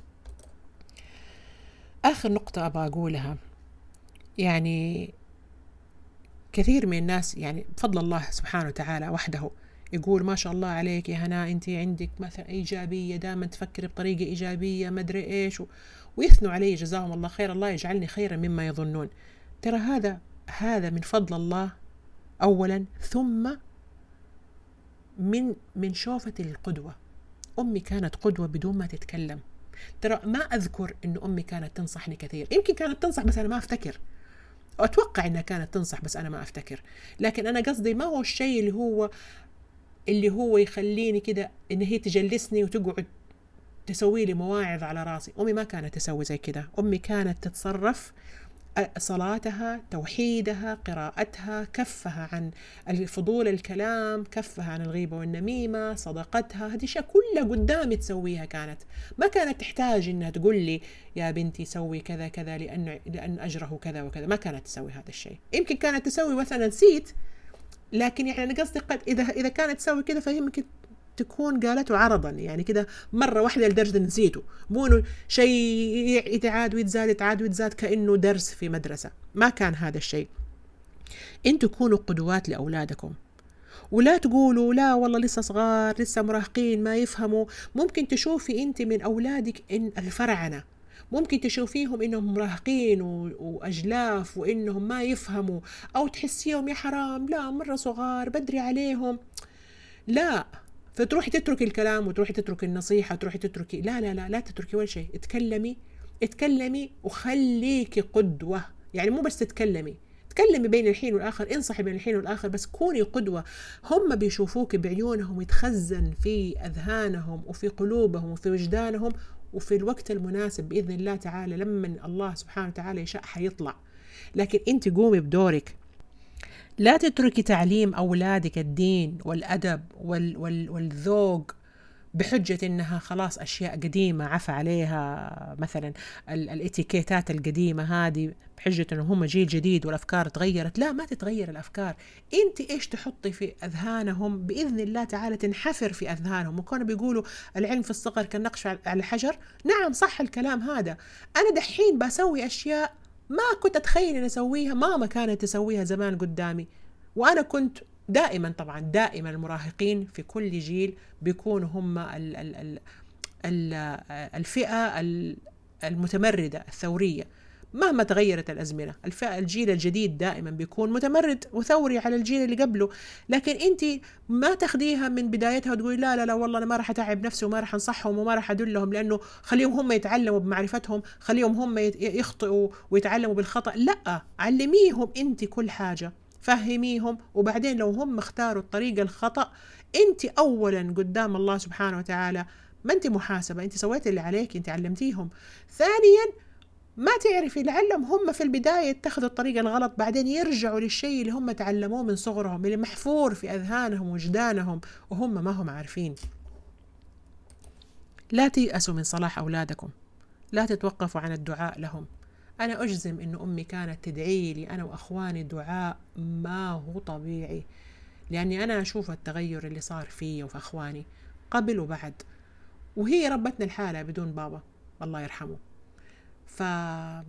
آخر نقطة أبغى أقولها، يعني كثير من الناس يعني بفضل الله سبحانه وتعالى وحده يقول ما شاء الله عليك يا هناء، انت عندك مثلا إيجابية، دائما تفكري بطريقة إيجابية ما أدري إيش، ويثنوا علي جزاهم الله خير، الله يجعلني خيرا مما يظنون. ترى هذا من فضل الله أولا، ثم من شوفة القدوة. أمي كانت قدوة بدون ما تتكلم. ترى ما أذكر إن أمي كانت تنصحني كثير، يمكن كانت تنصح بس أنا ما أفتكر، أتوقع إنها كانت تنصح بس أنا ما أفتكر. لكن أنا قصدي ما هو الشيء اللي هو يخليني كده إن هي تجلسني وتقعد تسوي لي مواعظ على راسي. أمي ما كانت تسوي زي كده. أمي كانت تتصرف، صلاتها، توحيدها، قراءتها، كفها عن الفضول الكلام، كفها عن الغيبة والنميمة، صدقتها، هذه الأشياء كلها قدامي تسويها. ما كانت تحتاج إنها تقول لي يا بنتي سوي كذا كذا لأن أجره كذا وكذا، ما كانت تسوي هذا الشيء. يمكن كانت تسوي مثلا نسيت، لكن يعني أنا قصدي إذا كانت تسوي كذا فيمكن تكون قالته عرضا، يعني كده مرة واحدة لدرجة نسيته، مو إنه شيء يتعاد ويتزاد كأنه درس في مدرسة. ما كان هذا الشيء. انتوا كونوا قدوات لأولادكم، ولا تقولوا لا والله لسه صغار لسه مراهقين ما يفهموا. ممكن تشوفي انت من أولادك إن الفرعنة، ممكن تشوفيهم إنهم مراهقين وأجلاف وإنهم ما يفهموا، أو تحسيهم يا حرام لا مرة صغار بدري عليهم، لا، فتروحي تتركي الكلام وتروحي تتركي النصيحة وتروحي تتركي لا تتركي ولا شيء. اتكلمي وخليكي قدوة. يعني مو بس تكلمي بين الحين والآخر، انصحي بين الحين والآخر، بس كوني قدوة. هم بيشوفوك بعيونهم، يتخزن في أذهانهم وفي قلوبهم وفي وجدانهم، وفي الوقت المناسب بإذن الله تعالى لما الله سبحانه وتعالى يشاء حيطلع. لكن انت قومي بدورك، لا تتركي تعليم أولادك الدين والأدب والذوق بحجة إنها خلاص أشياء قديمة عفى عليها، مثلا الاتيكيتات القديمة هذه، بحجة إنه هم جيل جديد والأفكار تغيرت. لا، ما تتغير الأفكار. أنت إيش تحطي في أذهانهم بإذن الله تعالى تنحفر في أذهانهم. وكانوا بيقولوا العلم في الصغر كالنقش على الحجر. نعم صح الكلام هذا. أنا دحين بسوي أشياء ما كنت أتخيل أن أسويها، ماما كانت تسويها زمان قدامي. وأنا كنت دائما، طبعا دائما المراهقين في كل جيل بيكونوا هم الفئة المتمردة الثورية. مهما تغيرت الأزمنة، الجيل الجديد دائما بيكون متمرد وثوري على الجيل اللي قبله. لكن أنت ما تاخديها من بدايتها وتقولي لا لا لا والله أنا ما راح أتعب نفسي وما راح أنصحهم وما راح أدلهم، لأنه خليهم هم يتعلموا بمعرفتهم، خليهم هم يخطئوا ويتعلموا بالخطأ. لا، علميهم أنت كل حاجة، فهميهم، وبعدين لو هم اختاروا الطريقة الخطأ، أنت أولا قدام الله سبحانه وتعالى ما أنت محاسبة، أنت سويت اللي عليك، أنت علمتيهم. ثانيا، ما تعرفي لعلهم هم في البداية اتخذوا الطريقة الغلط، بعدين يرجعوا للشيء اللي هم تعلموه من صغرهم، اللي محفور في أذهانهم وجدانهم وهم ما هم عارفين. لا تيأسوا من صلاح أولادكم، لا تتوقفوا عن الدعاء لهم. أنا أجزم إن أمي كانت تدعي لي أنا وأخواني دعاء ما هو طبيعي، لأني أنا أشوف التغير اللي صار فيه وفي أخواني قبل وبعد. وهي ربتنا الحالة بدون بابا الله يرحمه. فأنا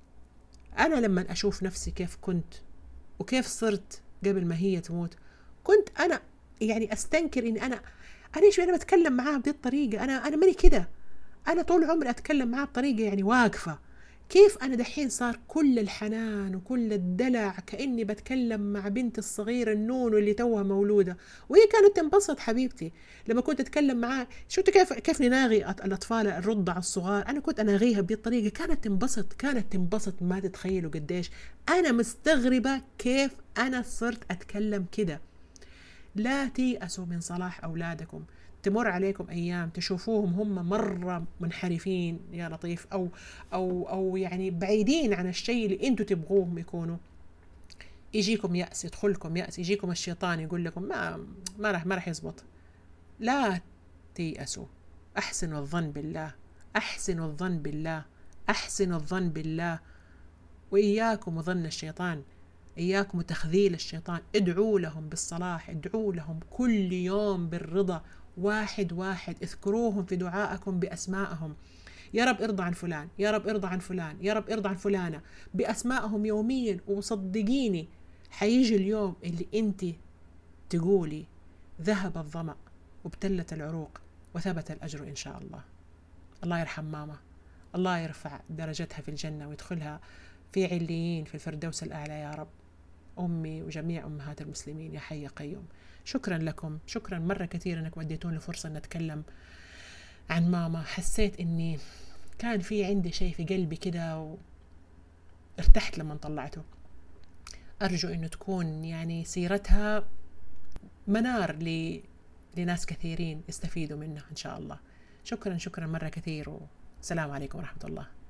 لما أشوف نفسي كيف كنت وكيف صرت قبل ما هي تموت، كنت أنا يعني أستنكر إن أنا إيش أنا بتكلم معاها بهذه الطريقة. أنا ماني كده. أنا طول عمري أتكلم معاها بطريقة يعني واقفة. كيف أنا دحين صار كل الحنان وكل الدلع، كأني بتكلم مع بنتي الصغيرة النون اللي توها مولودة. وهي كانت تنبسط حبيبتي لما كنت أتكلم معاها. شفتوا كيف نناغي الأطفال الرضع الصغار؟ أنا كنت أناغيها بهذه الطريقة، كانت تنبسط ما تتخيلوا قديش. أنا مستغربة كيف أنا صرت أتكلم كده. لا تيأسوا من صلاح أولادكم. تمر عليكم أيام تشوفوهم هم مرة منحرفين يا لطيف، أو يعني بعيدين عن الشيء اللي أنتوا تبغوهم يكونوا. يجيكم يأس، يدخلكم يأس، يجيكم الشيطان يقول لكم ما راح يزبط. لا تيأسوا. أحسنوا الظن بالله، أحسنوا الظن بالله، أحسنوا الظن بالله. وإياكم وظن الشيطان، إياكم وتخذيل الشيطان. ادعوا لهم بالصلاح، ادعوا لهم كل يوم بالرضا، واحد واحد. اذكروهم في دعائكم بأسمائهم. يا رب ارضى عن فلان، يا رب ارضى عن فلان، يا رب ارضى عن فلانة، بأسمائهم يوميا. وصدقيني حيجي اليوم اللي انت تقولي ذهب الظمأ وابتلت العروق وثبت الأجر إن شاء الله. الله يرحم ماما، الله يرفع درجتها في الجنة ويدخلها في عليين في الفردوس الأعلى يا رب. أمي وجميع أمهات المسلمين يا حي قيوم. شكرا لكم، شكرا مرة كثير أنك وديتوني فرصة أن أتكلم عن ماما. حسيت أني كان في عندي شيء في قلبي كده وارتحت لما طلعته. أرجو أنه تكون يعني سيرتها منار لناس كثيرين يستفيدوا منها إن شاء الله. شكرا مرة كثير، والسلام عليكم ورحمة الله.